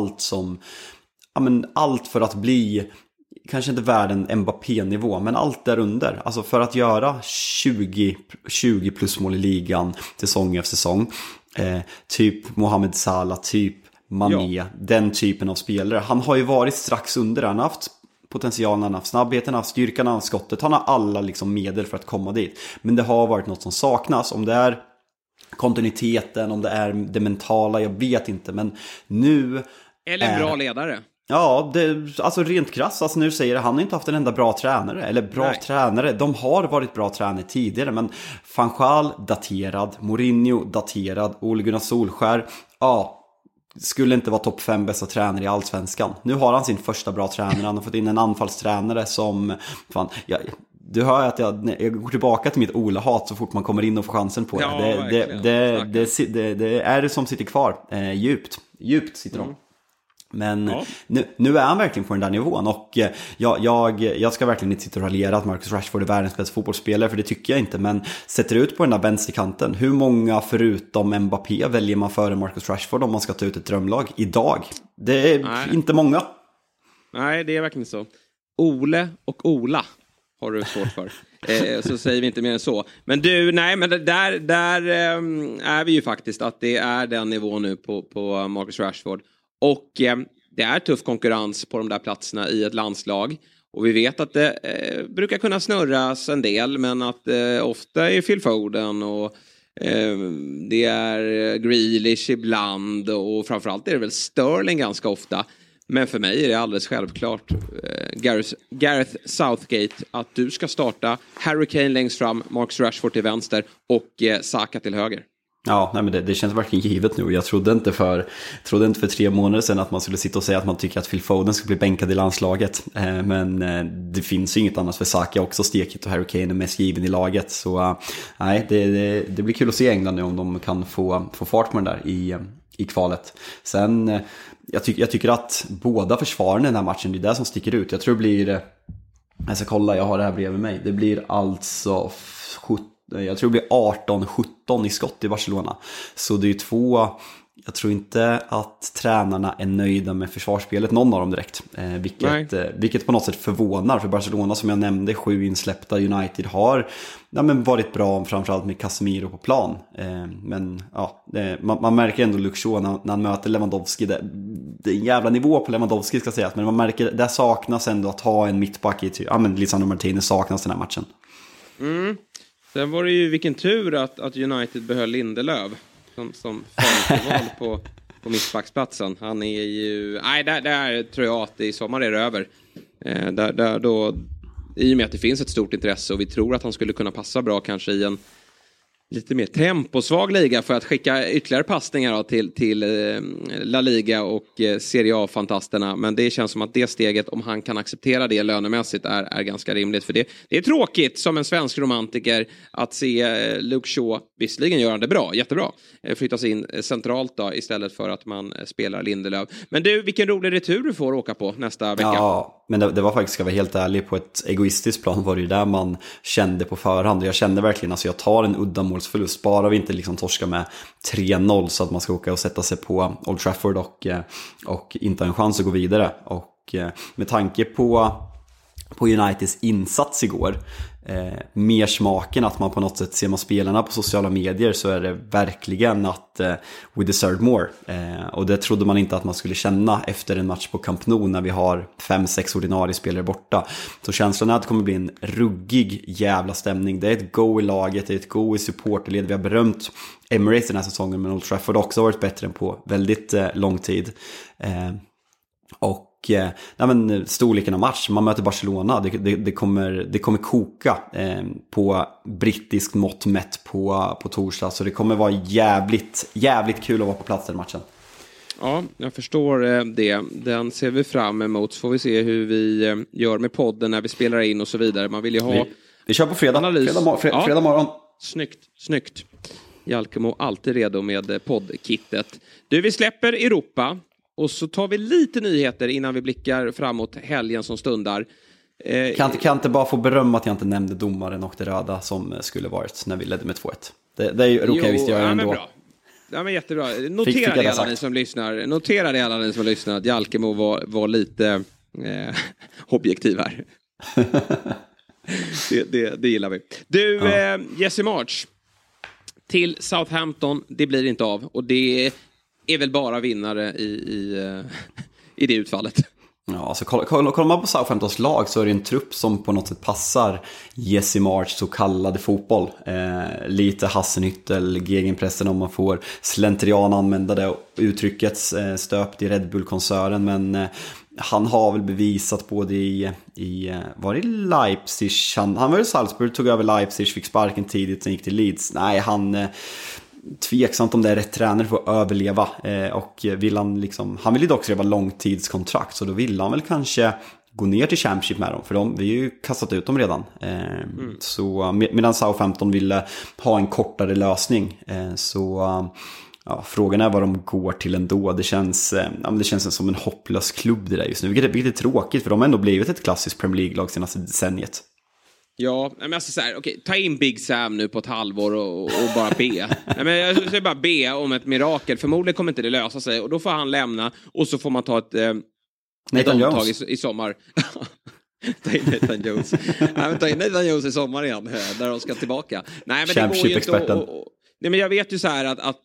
allt för att bli, kanske inte världen Mbappé-nivå, men allt där under. Alltså för att göra 20 plus mål i ligan säsong efter säsong. Typ Mohamed Salah, typ Mané, den typen av spelare. Han har ju varit strax under, han har haft potentialen, han har haft snabbheten, han har haft styrkan, han har haft skottet. Han har alla liksom medel för att komma dit. Men det har varit något som saknas. Om det är kontinuiteten, om det är det mentala, jag vet inte. Men nu eller en bra ledare. Ja, alltså rent krasst, alltså när du säger det, han har inte haft en enda bra tränare. Eller bra tränare, de har varit bra tränare tidigare. Men Van Gaal daterad, Mourinho daterad, Ole Gunnar Solskjær, skulle inte vara topp 5 bästa tränare i Allsvenskan. Nu har han sin första bra tränare. Han har fått in en anfallstränare som... Du hör att jag går tillbaka till mitt Ola-hat så fort man kommer in och får chansen på det. Det är det som sitter kvar. Djupt sitter de. Men nu är han verkligen på den där nivån. Och jag ska verkligen inte sitta och raljera att Marcus Rashford är världens bästa fotbollsspelare, för det tycker jag inte. Men sätter ut på den där vänsterkanten, hur många förutom Mbappé väljer man före Marcus Rashford om man ska ta ut ett drömlag idag? Det är inte många. Nej, det är verkligen så. Ole och Ola har du svårt för. Så säger vi inte mer än så. Men du, där är vi ju faktiskt att det är den nivån nu på Marcus Rashford. Och det är tuff konkurrens på de där platserna i ett landslag. Och vi vet att det brukar kunna snurras en del, men att ofta är Phil Foden och det är Grealish ibland, och framförallt är det väl Sterling ganska ofta. Men för mig är det alldeles självklart Gareth Southgate att du ska starta Harry Kane längst fram, Marcus Rashford till vänster och Saka till höger. Ja, nej, men det känns verkligen givet nu. Jag trodde inte för 3 månader sedan att man skulle sitta och säga att man tycker att Phil Foden ska bli bänkad i landslaget. Men det finns ju inget annat för Saka också stekigt, och Harry Kane är mest given i laget. Så nej, det blir kul att se England nu om de kan få fart på den där i kvalet. Sen, jag tycker att båda försvaren i den här matchen, det är det som sticker ut. Jag tror det blir, jag ska kolla, jag har det här bredvid mig. Det blir alltså 17. Jag tror det blir 18-17 i skott i Barcelona. Så det är ju två... Jag tror inte att tränarna är nöjda med försvarsspelet, någon av dem direkt. Vilket på något sätt förvånar. För Barcelona, som jag nämnde, 7 insläppta. United har varit bra, framförallt med Casemiro på plan. Men ja, man märker ändå Luke Shaw när han möter Lewandowski. Det är en jävla nivå på Lewandowski, ska sägas. Men man märker, det saknas ändå att ha en mittback i... Lisandro Martinez saknas den här matchen. Sen var det ju vilken tur att United behöll Lindelöf som femteval på mittbacksplatsen. Han är ju... Nej, där tror jag att i sommar är det över. Där då, i och med att det finns ett stort intresse och vi tror att han skulle kunna passa bra kanske i en lite mer temposvag liga för att skicka ytterligare passningar till La Liga och Serie A-fantasterna. Men det känns som att det steget, om han kan acceptera det lönemässigt, är ganska rimligt. För det är tråkigt som en svensk romantiker att se Luke Shaw, visserligen gör han det bra, jättebra, flyttas in centralt då, istället för att man spelar Lindelöf. Men du, vilken rolig retur du får åka på nästa vecka. Ja, men det var faktiskt, ska jag vara helt ärlig, på ett egoistiskt plan var det ju där man kände på förhand. Jag kände verkligen, alltså jag tar en uddamålsförlust, bara vi inte liksom torska med 3-0 så att man ska åka och sätta sig på Old Trafford och inte ha en chans att gå vidare. Och med tanke på Uniteds insats igår, mer smaken att man på något sätt ser man spelarna på sociala medier, så är det verkligen att we deserve more. Och det trodde man inte att man skulle känna efter en match på Camp Nou när vi har 5-6 ordinarie spelare borta. Så känslan är att det kommer bli en ruggig jävla stämning. Det är ett go i laget, det är ett go i supporterled. Vi har berömt Emirates den här säsongen, men Old Trafford också varit bättre än på väldigt lång tid. Och storleken av match, man möter Barcelona, det kommer koka på brittisk mått mätt på torsdag, så det kommer vara jävligt kul att vara på plats den matchen. Ja, jag förstår det. Den ser vi fram emot, så får vi se hur vi gör med podden när vi spelar in och så vidare. Man vill ju ha vi kör på fredag morgon. Snyggt. Jalkemo alltid redo med poddkittet. Du, vi släpper Europa. Och så tar vi lite nyheter innan vi blickar framåt helgen som stundar. Kan inte bara få berömma att jag inte nämnde domaren och det röda som skulle varit när vi ledde med 2-1. Det är ju okej, visst gör jag ändå. Men bra. Ja, men jättebra. Notera det alla ni som lyssnar att Jalkemo var lite objektiv här. det gillar vi. Du, Jesse March till Southampton, det blir inte av. Och det är väl bara vinnare i det utfallet. Ja, alltså kollar man på Southamptons lag så är det en trupp som på något sätt passar Jesse March så kallade fotboll. Lite Hassenhüttel, gegenpressen om man får slentrian använda det uttrycket, stöpt i Red Bull-koncernen. Men han har väl bevisat både i var det Leipzig, han var i Salzburg, tog över Leipzig, fick sparken tidigt, sen gick till Leeds. Nej, han tveksamt om det är rätt tränare för att överleva, och vill han vill ju dock skriva långtidskontrakt, så då vill han väl kanske gå ner till Championship med dem, för vi har ju kastat ut dem redan. Så medan Southampton ville ha en kortare lösning, frågan är vad de går till ändå. Det känns som en hopplös klubb det där just nu, vilket är tråkigt, för de har ändå blivit ett klassiskt Premier League-lag senaste decenniet. Ja, men alltså såhär, okej, ta in Big Sam nu på ett halvår och bara be. Nej, men jag ska bara be om ett mirakel. Förmodligen kommer inte det lösa sig, och då får han lämna, och så får man ta ett omtag i sommar. Ta in Nathan Jones. Ta in Nathan Jones i sommar igen, där de ska tillbaka. Nej, men det går ju inte. Nej, men jag vet ju så här att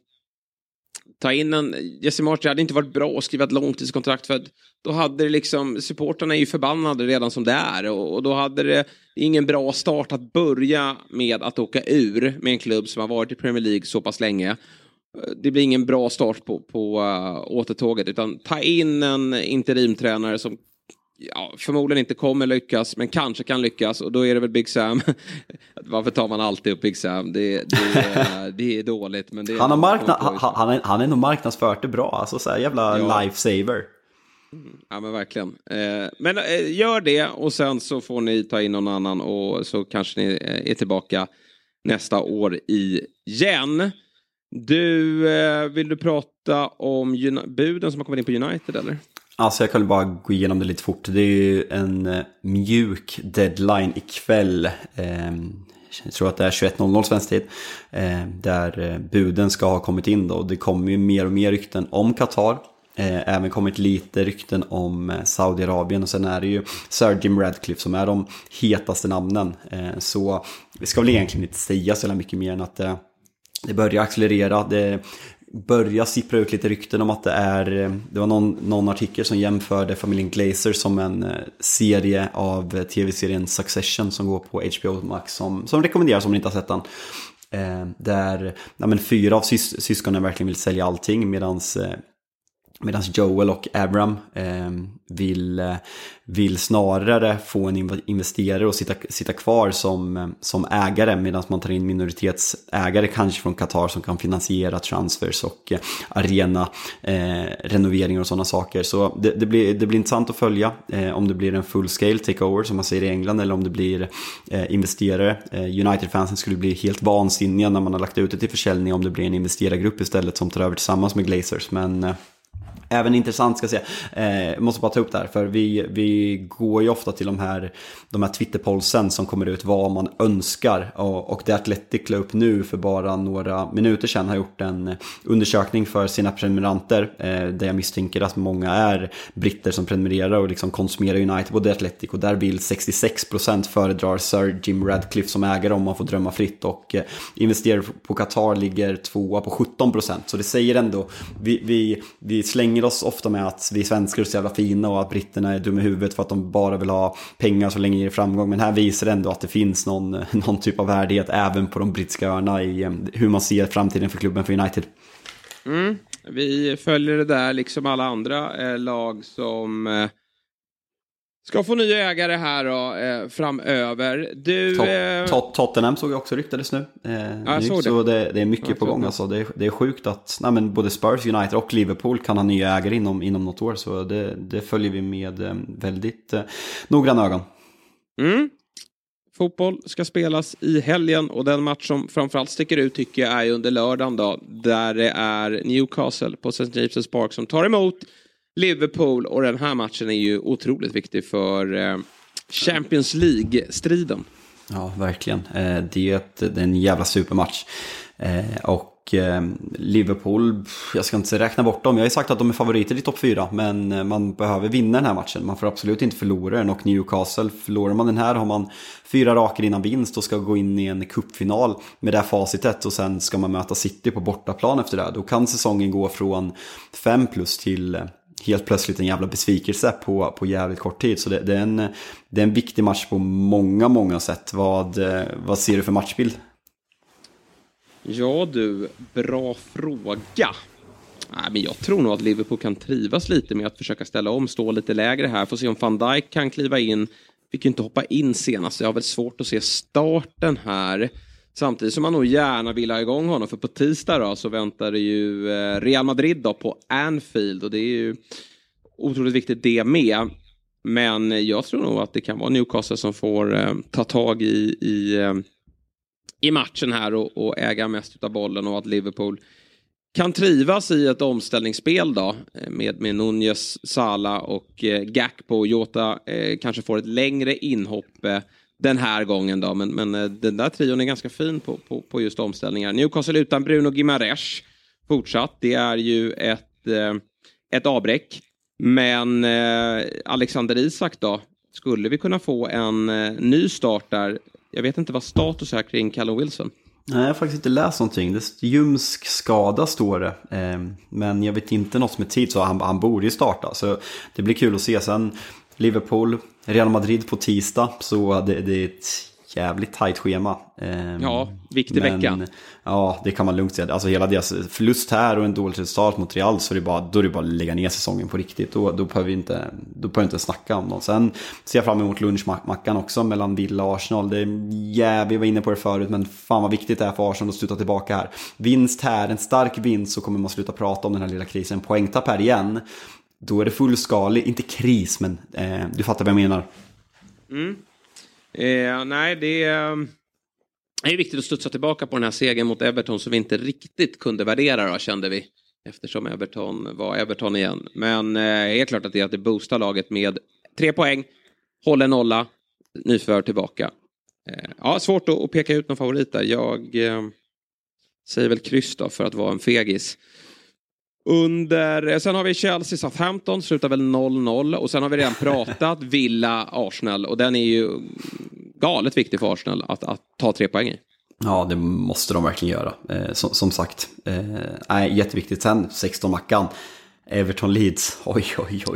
ta in en Jesse March hade inte varit bra att skriva ett långtidskontrakt, för att då hade det liksom, supporterna är ju förbannade redan som det är, och då hade det ingen bra start att börja med att åka ur med en klubb som har varit i Premier League så pass länge. Det blir ingen bra start på återtåget, utan ta in en interimtränare som förmodligen inte kommer lyckas, men kanske kan lyckas, och då är det väl Big Sam. Varför tar man alltid upp Big Sam? Det är dåligt, men det är han är nog marknadsfört det bra, alltså så här jävla lifesaver. Ja, men verkligen. Men gör det, och sen så får ni ta in någon annan, och så kanske ni är tillbaka nästa år igen. Vill du prata om buden som har kommit in på United, eller? Alltså jag kan bara gå igenom det lite fort. Det är ju en mjuk deadline ikväll. Jag tror att det är 21:00 svensk tid. Där buden ska ha kommit in då. Det kommer ju mer och mer rykten om Qatar. Även kommit lite rykten om Saudiarabien, och sen är det ju Sir Jim Radcliffe som är de hetaste namnen. Så vi ska väl egentligen inte säga så mycket mer än att det börjar accelerera. Det börjar sippra ut lite rykten om att det var någon artikel som jämförde familjen Glazer som en serie av tv-serien Succession som går på HBO Max, som rekommenderas om ni inte har sett den. Där 4 av syskonen verkligen vill sälja allting, medan Joel och Abram vill snarare få en investerare och sitta kvar som ägare, medan man tar in minoritetsägare kanske från Qatar som kan finansiera transfers och arena renoveringar och sådana saker. Så det blir intressant att följa om det blir en full scale takeover som man säger i England, eller om det blir investerare. United-fansen skulle bli helt vansinniga när man har lagt ut det till försäljning om det blir en investerargrupp istället som tar över tillsammans med Glazers, men även intressant ska jag säga. Måste bara ta upp det här, för vi går ju ofta till de här Twitter-polsen som kommer ut vad man önskar, och The Athletic la upp nu för bara några minuter sedan har gjort en undersökning för sina prenumeranter, där jag misstänker att många är britter som prenumererar och liksom konsumerar United på The Athletic, och där vill 66% föredrar Sir Jim Radcliffe som ägare om man får drömma fritt, och investerare på Qatar ligger 2 på 17%, så det säger ändå, vi slänger oss ofta med att vi svenskar är så jävla fina och att britterna är dumma i huvudet för att de bara vill ha pengar så länge det är framgång, men här visar det ändå att det finns någon typ av värdighet även på de brittiska öarna i hur man ser framtiden för klubben för United. Vi följer det där liksom alla andra lag som ska få nya ägare här då, framöver. Tottenham såg jag också ryktades nu. Så det är mycket på gång. Alltså. Det är sjukt att både Spurs, United och Liverpool kan ha nya ägare inom något år. Så det följer vi med väldigt noggranna ögon. Fotboll ska spelas i helgen, och den match som framförallt sticker ut tycker jag är under lördagen då, där det är Newcastle på St. James' Park som tar emot Liverpool, och den här matchen är ju otroligt viktig för Champions League-striden. Ja, verkligen. Det är en jävla supermatch. Och Liverpool, jag ska inte räkna bort dem. Jag har ju sagt att de är favoriter i topp 4, men man behöver vinna den här matchen. Man får absolut inte förlora den, och Newcastle, förlorar man den här har man 4 raker innan vinst och ska gå in i en cupfinal med det här facitet, och sen ska man möta City på bortaplan efter det. Då kan säsongen gå från 5+ till helt plötsligt en jävla besvikelse på jävligt kort tid. Så det är en viktig match på många sätt. Vad ser du för matchbild? Ja du, bra fråga. Nej, men jag tror nog att Liverpool kan trivas lite med att försöka ställa om, stå lite lägre här. Får se om Van Dijk kan kliva in. Fick ju inte hoppa in senast. Jag har väl svårt att se starten här. Samtidigt som man nog gärna vill ha igång honom. För på tisdag då, så väntar det ju Real Madrid då på Anfield. Och det är ju otroligt viktigt det med. Men jag tror nog att det kan vara Newcastle som får ta tag i matchen här och äga mest av bollen. Och att Liverpool kan trivas i ett omställningsspel då. Med Nunez, Salah och Gakpo och Jota kanske får ett längre inhopp den här gången då. Men den där trion är ganska fin på just omställningar. Newcastle utan Bruno Guimaraes fortsatt. Det är ju ett avbräck. Men Alexander Isak då, skulle vi kunna få en ny start där? Jag vet inte vad status är kring Callum Wilson. Nej, jag har faktiskt inte läst någonting. Det är ljumsk skada står det. Men jag vet inte något med tid, så han borde ju starta. Så det blir kul att se. Sen Liverpool, Real Madrid på tisdag. Så det är ett jävligt tajt schema. Ja, viktig vecka. Ja, det kan man lugnt säga. Alltså hela deras förlust här och en dålig resultat mot Real, så då är det bara att lägga ner säsongen på riktigt. Då behöver vi inte snacka om dem. Sen ser jag fram emot lunchmackan också mellan Villa och Arsenal. Vi var inne på det förut, men fan vad viktigt det är för Arsenal att sluta tillbaka här. Vinst här, en stark vinst, så kommer man sluta prata om den här lilla krisen. Poängtapp här igen, då är det fullskalig, inte kris, men du fattar vad jag menar. Nej, det är viktigt att studsa tillbaka på den här segern mot Everton som vi inte riktigt kunde värdera då, kände vi. Eftersom Everton var Everton igen. Men helt klart att det boostar laget med 3 poäng. Håller nolla. Nyförvärv tillbaka. Svårt att peka ut någon favorit där. Jag säger väl kryss då för att vara en fegis. Sen har vi Chelsea Southampton, slutar väl 0-0. Och sen har vi redan pratat Villa Arsenal. Och den är ju galet viktig för Arsenal att ta 3 poäng i. Ja, det måste de verkligen göra. Som sagt, jätteviktigt. Sen 16-mackan, Everton Leeds. Oj.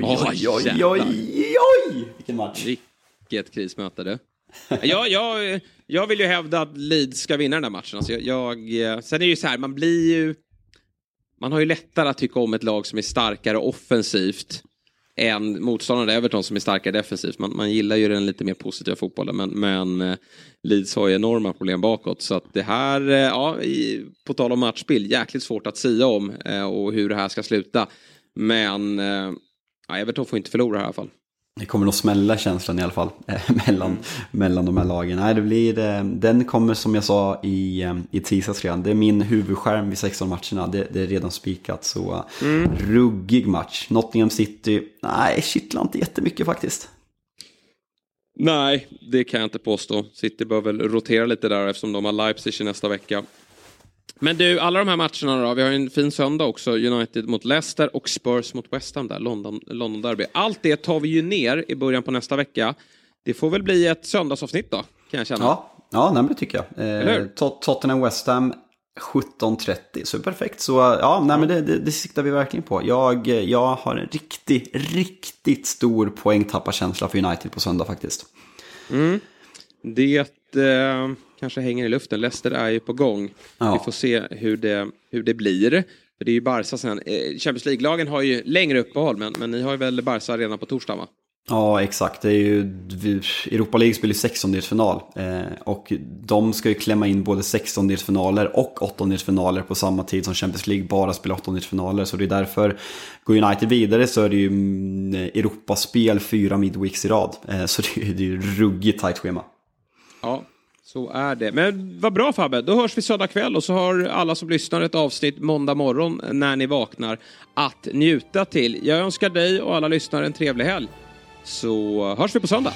Vilken match. Vilket krismöte det. Jag vill ju hävda att Leeds ska vinna den här matchen. Alltså sen är det ju så här, man har ju lättare att tycka om ett lag som är starkare offensivt än motståndaren Everton som är starkare defensivt. Man gillar ju den lite mer positiva fotbollen, men Leeds har ju enorma problem bakåt. Så att det här, på tal om matchbild, jäkligt svårt att säga om och hur det här ska sluta. Men Everton får inte förlora här i alla fall. Det kommer nog smälla känslan i alla fall mellan de här lagen. Nej, den kommer som jag sa i tisdags redan. Det är min huvudskärm vid 16 matcherna. Det är redan spikat, så ruggig match. Nottingham City, kittlar inte jättemycket faktiskt. Nej, det kan jag inte påstå. City bör väl rotera lite där eftersom de har Leipzig i nästa vecka. Men du, alla de här matcherna då, vi har en fin söndag också, United mot Leicester och Spurs mot West Ham där, London Derby. Allt det tar vi ju ner i början på nästa vecka. Det får väl bli ett söndagsavsnitt då, kan jag känna. Ja, det tycker jag. Tottenham West Ham 17:30, så perfekt. Så men det siktar vi verkligen på. Jag har en riktigt stor poängtapparkänsla för United på söndag faktiskt. Det kanske hänger i luften. Leicester är ju på gång. Ja. Vi får se hur det blir. För det är ju Barca sen. Champions League-lagen har ju längre uppehåll, men ni har ju väl Barca redan på torsdag, va? Ja, exakt. Det är ju Europa League spelar 16-delsfinal och de ska ju klämma in både 16-delsfinaler och 8-delsfinaler på samma tid som Champions League bara spelar 8-delsfinaler. Så det är därför går United vidare, så är det ju Europaspel 4 midweeks i rad. Så det är ju ruggigt tajt schema. Ja, så är det. Men vad bra, Fabbe, då hörs vi söndag kväll och så har alla som lyssnar ett avsnitt måndag morgon när ni vaknar att njuta till. Jag önskar dig och alla lyssnare en trevlig helg. Så hörs vi på söndag.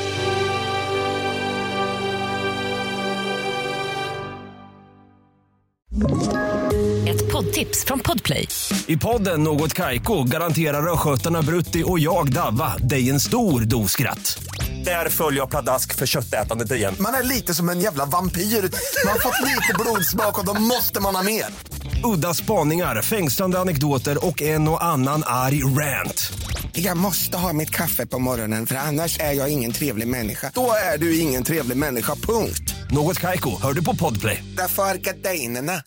Ett poddtips från Podplay. I podden Något Kaiko garanterar röskötarna Brutti och jag Davva dig en stor doskratt. Där följer jag pladask för köttätandet igen. Man är lite som en jävla vampyr. Man har fått lite blodsmak och då måste man ha mer. Udda spaningar, fängslande anekdoter och en och annan arg rant. Jag måste ha mitt kaffe på morgonen, för annars är jag ingen trevlig människa. Då är du ingen trevlig människa, punkt. Något Kaiko, hör du på Podplay. Därför är gardinerna.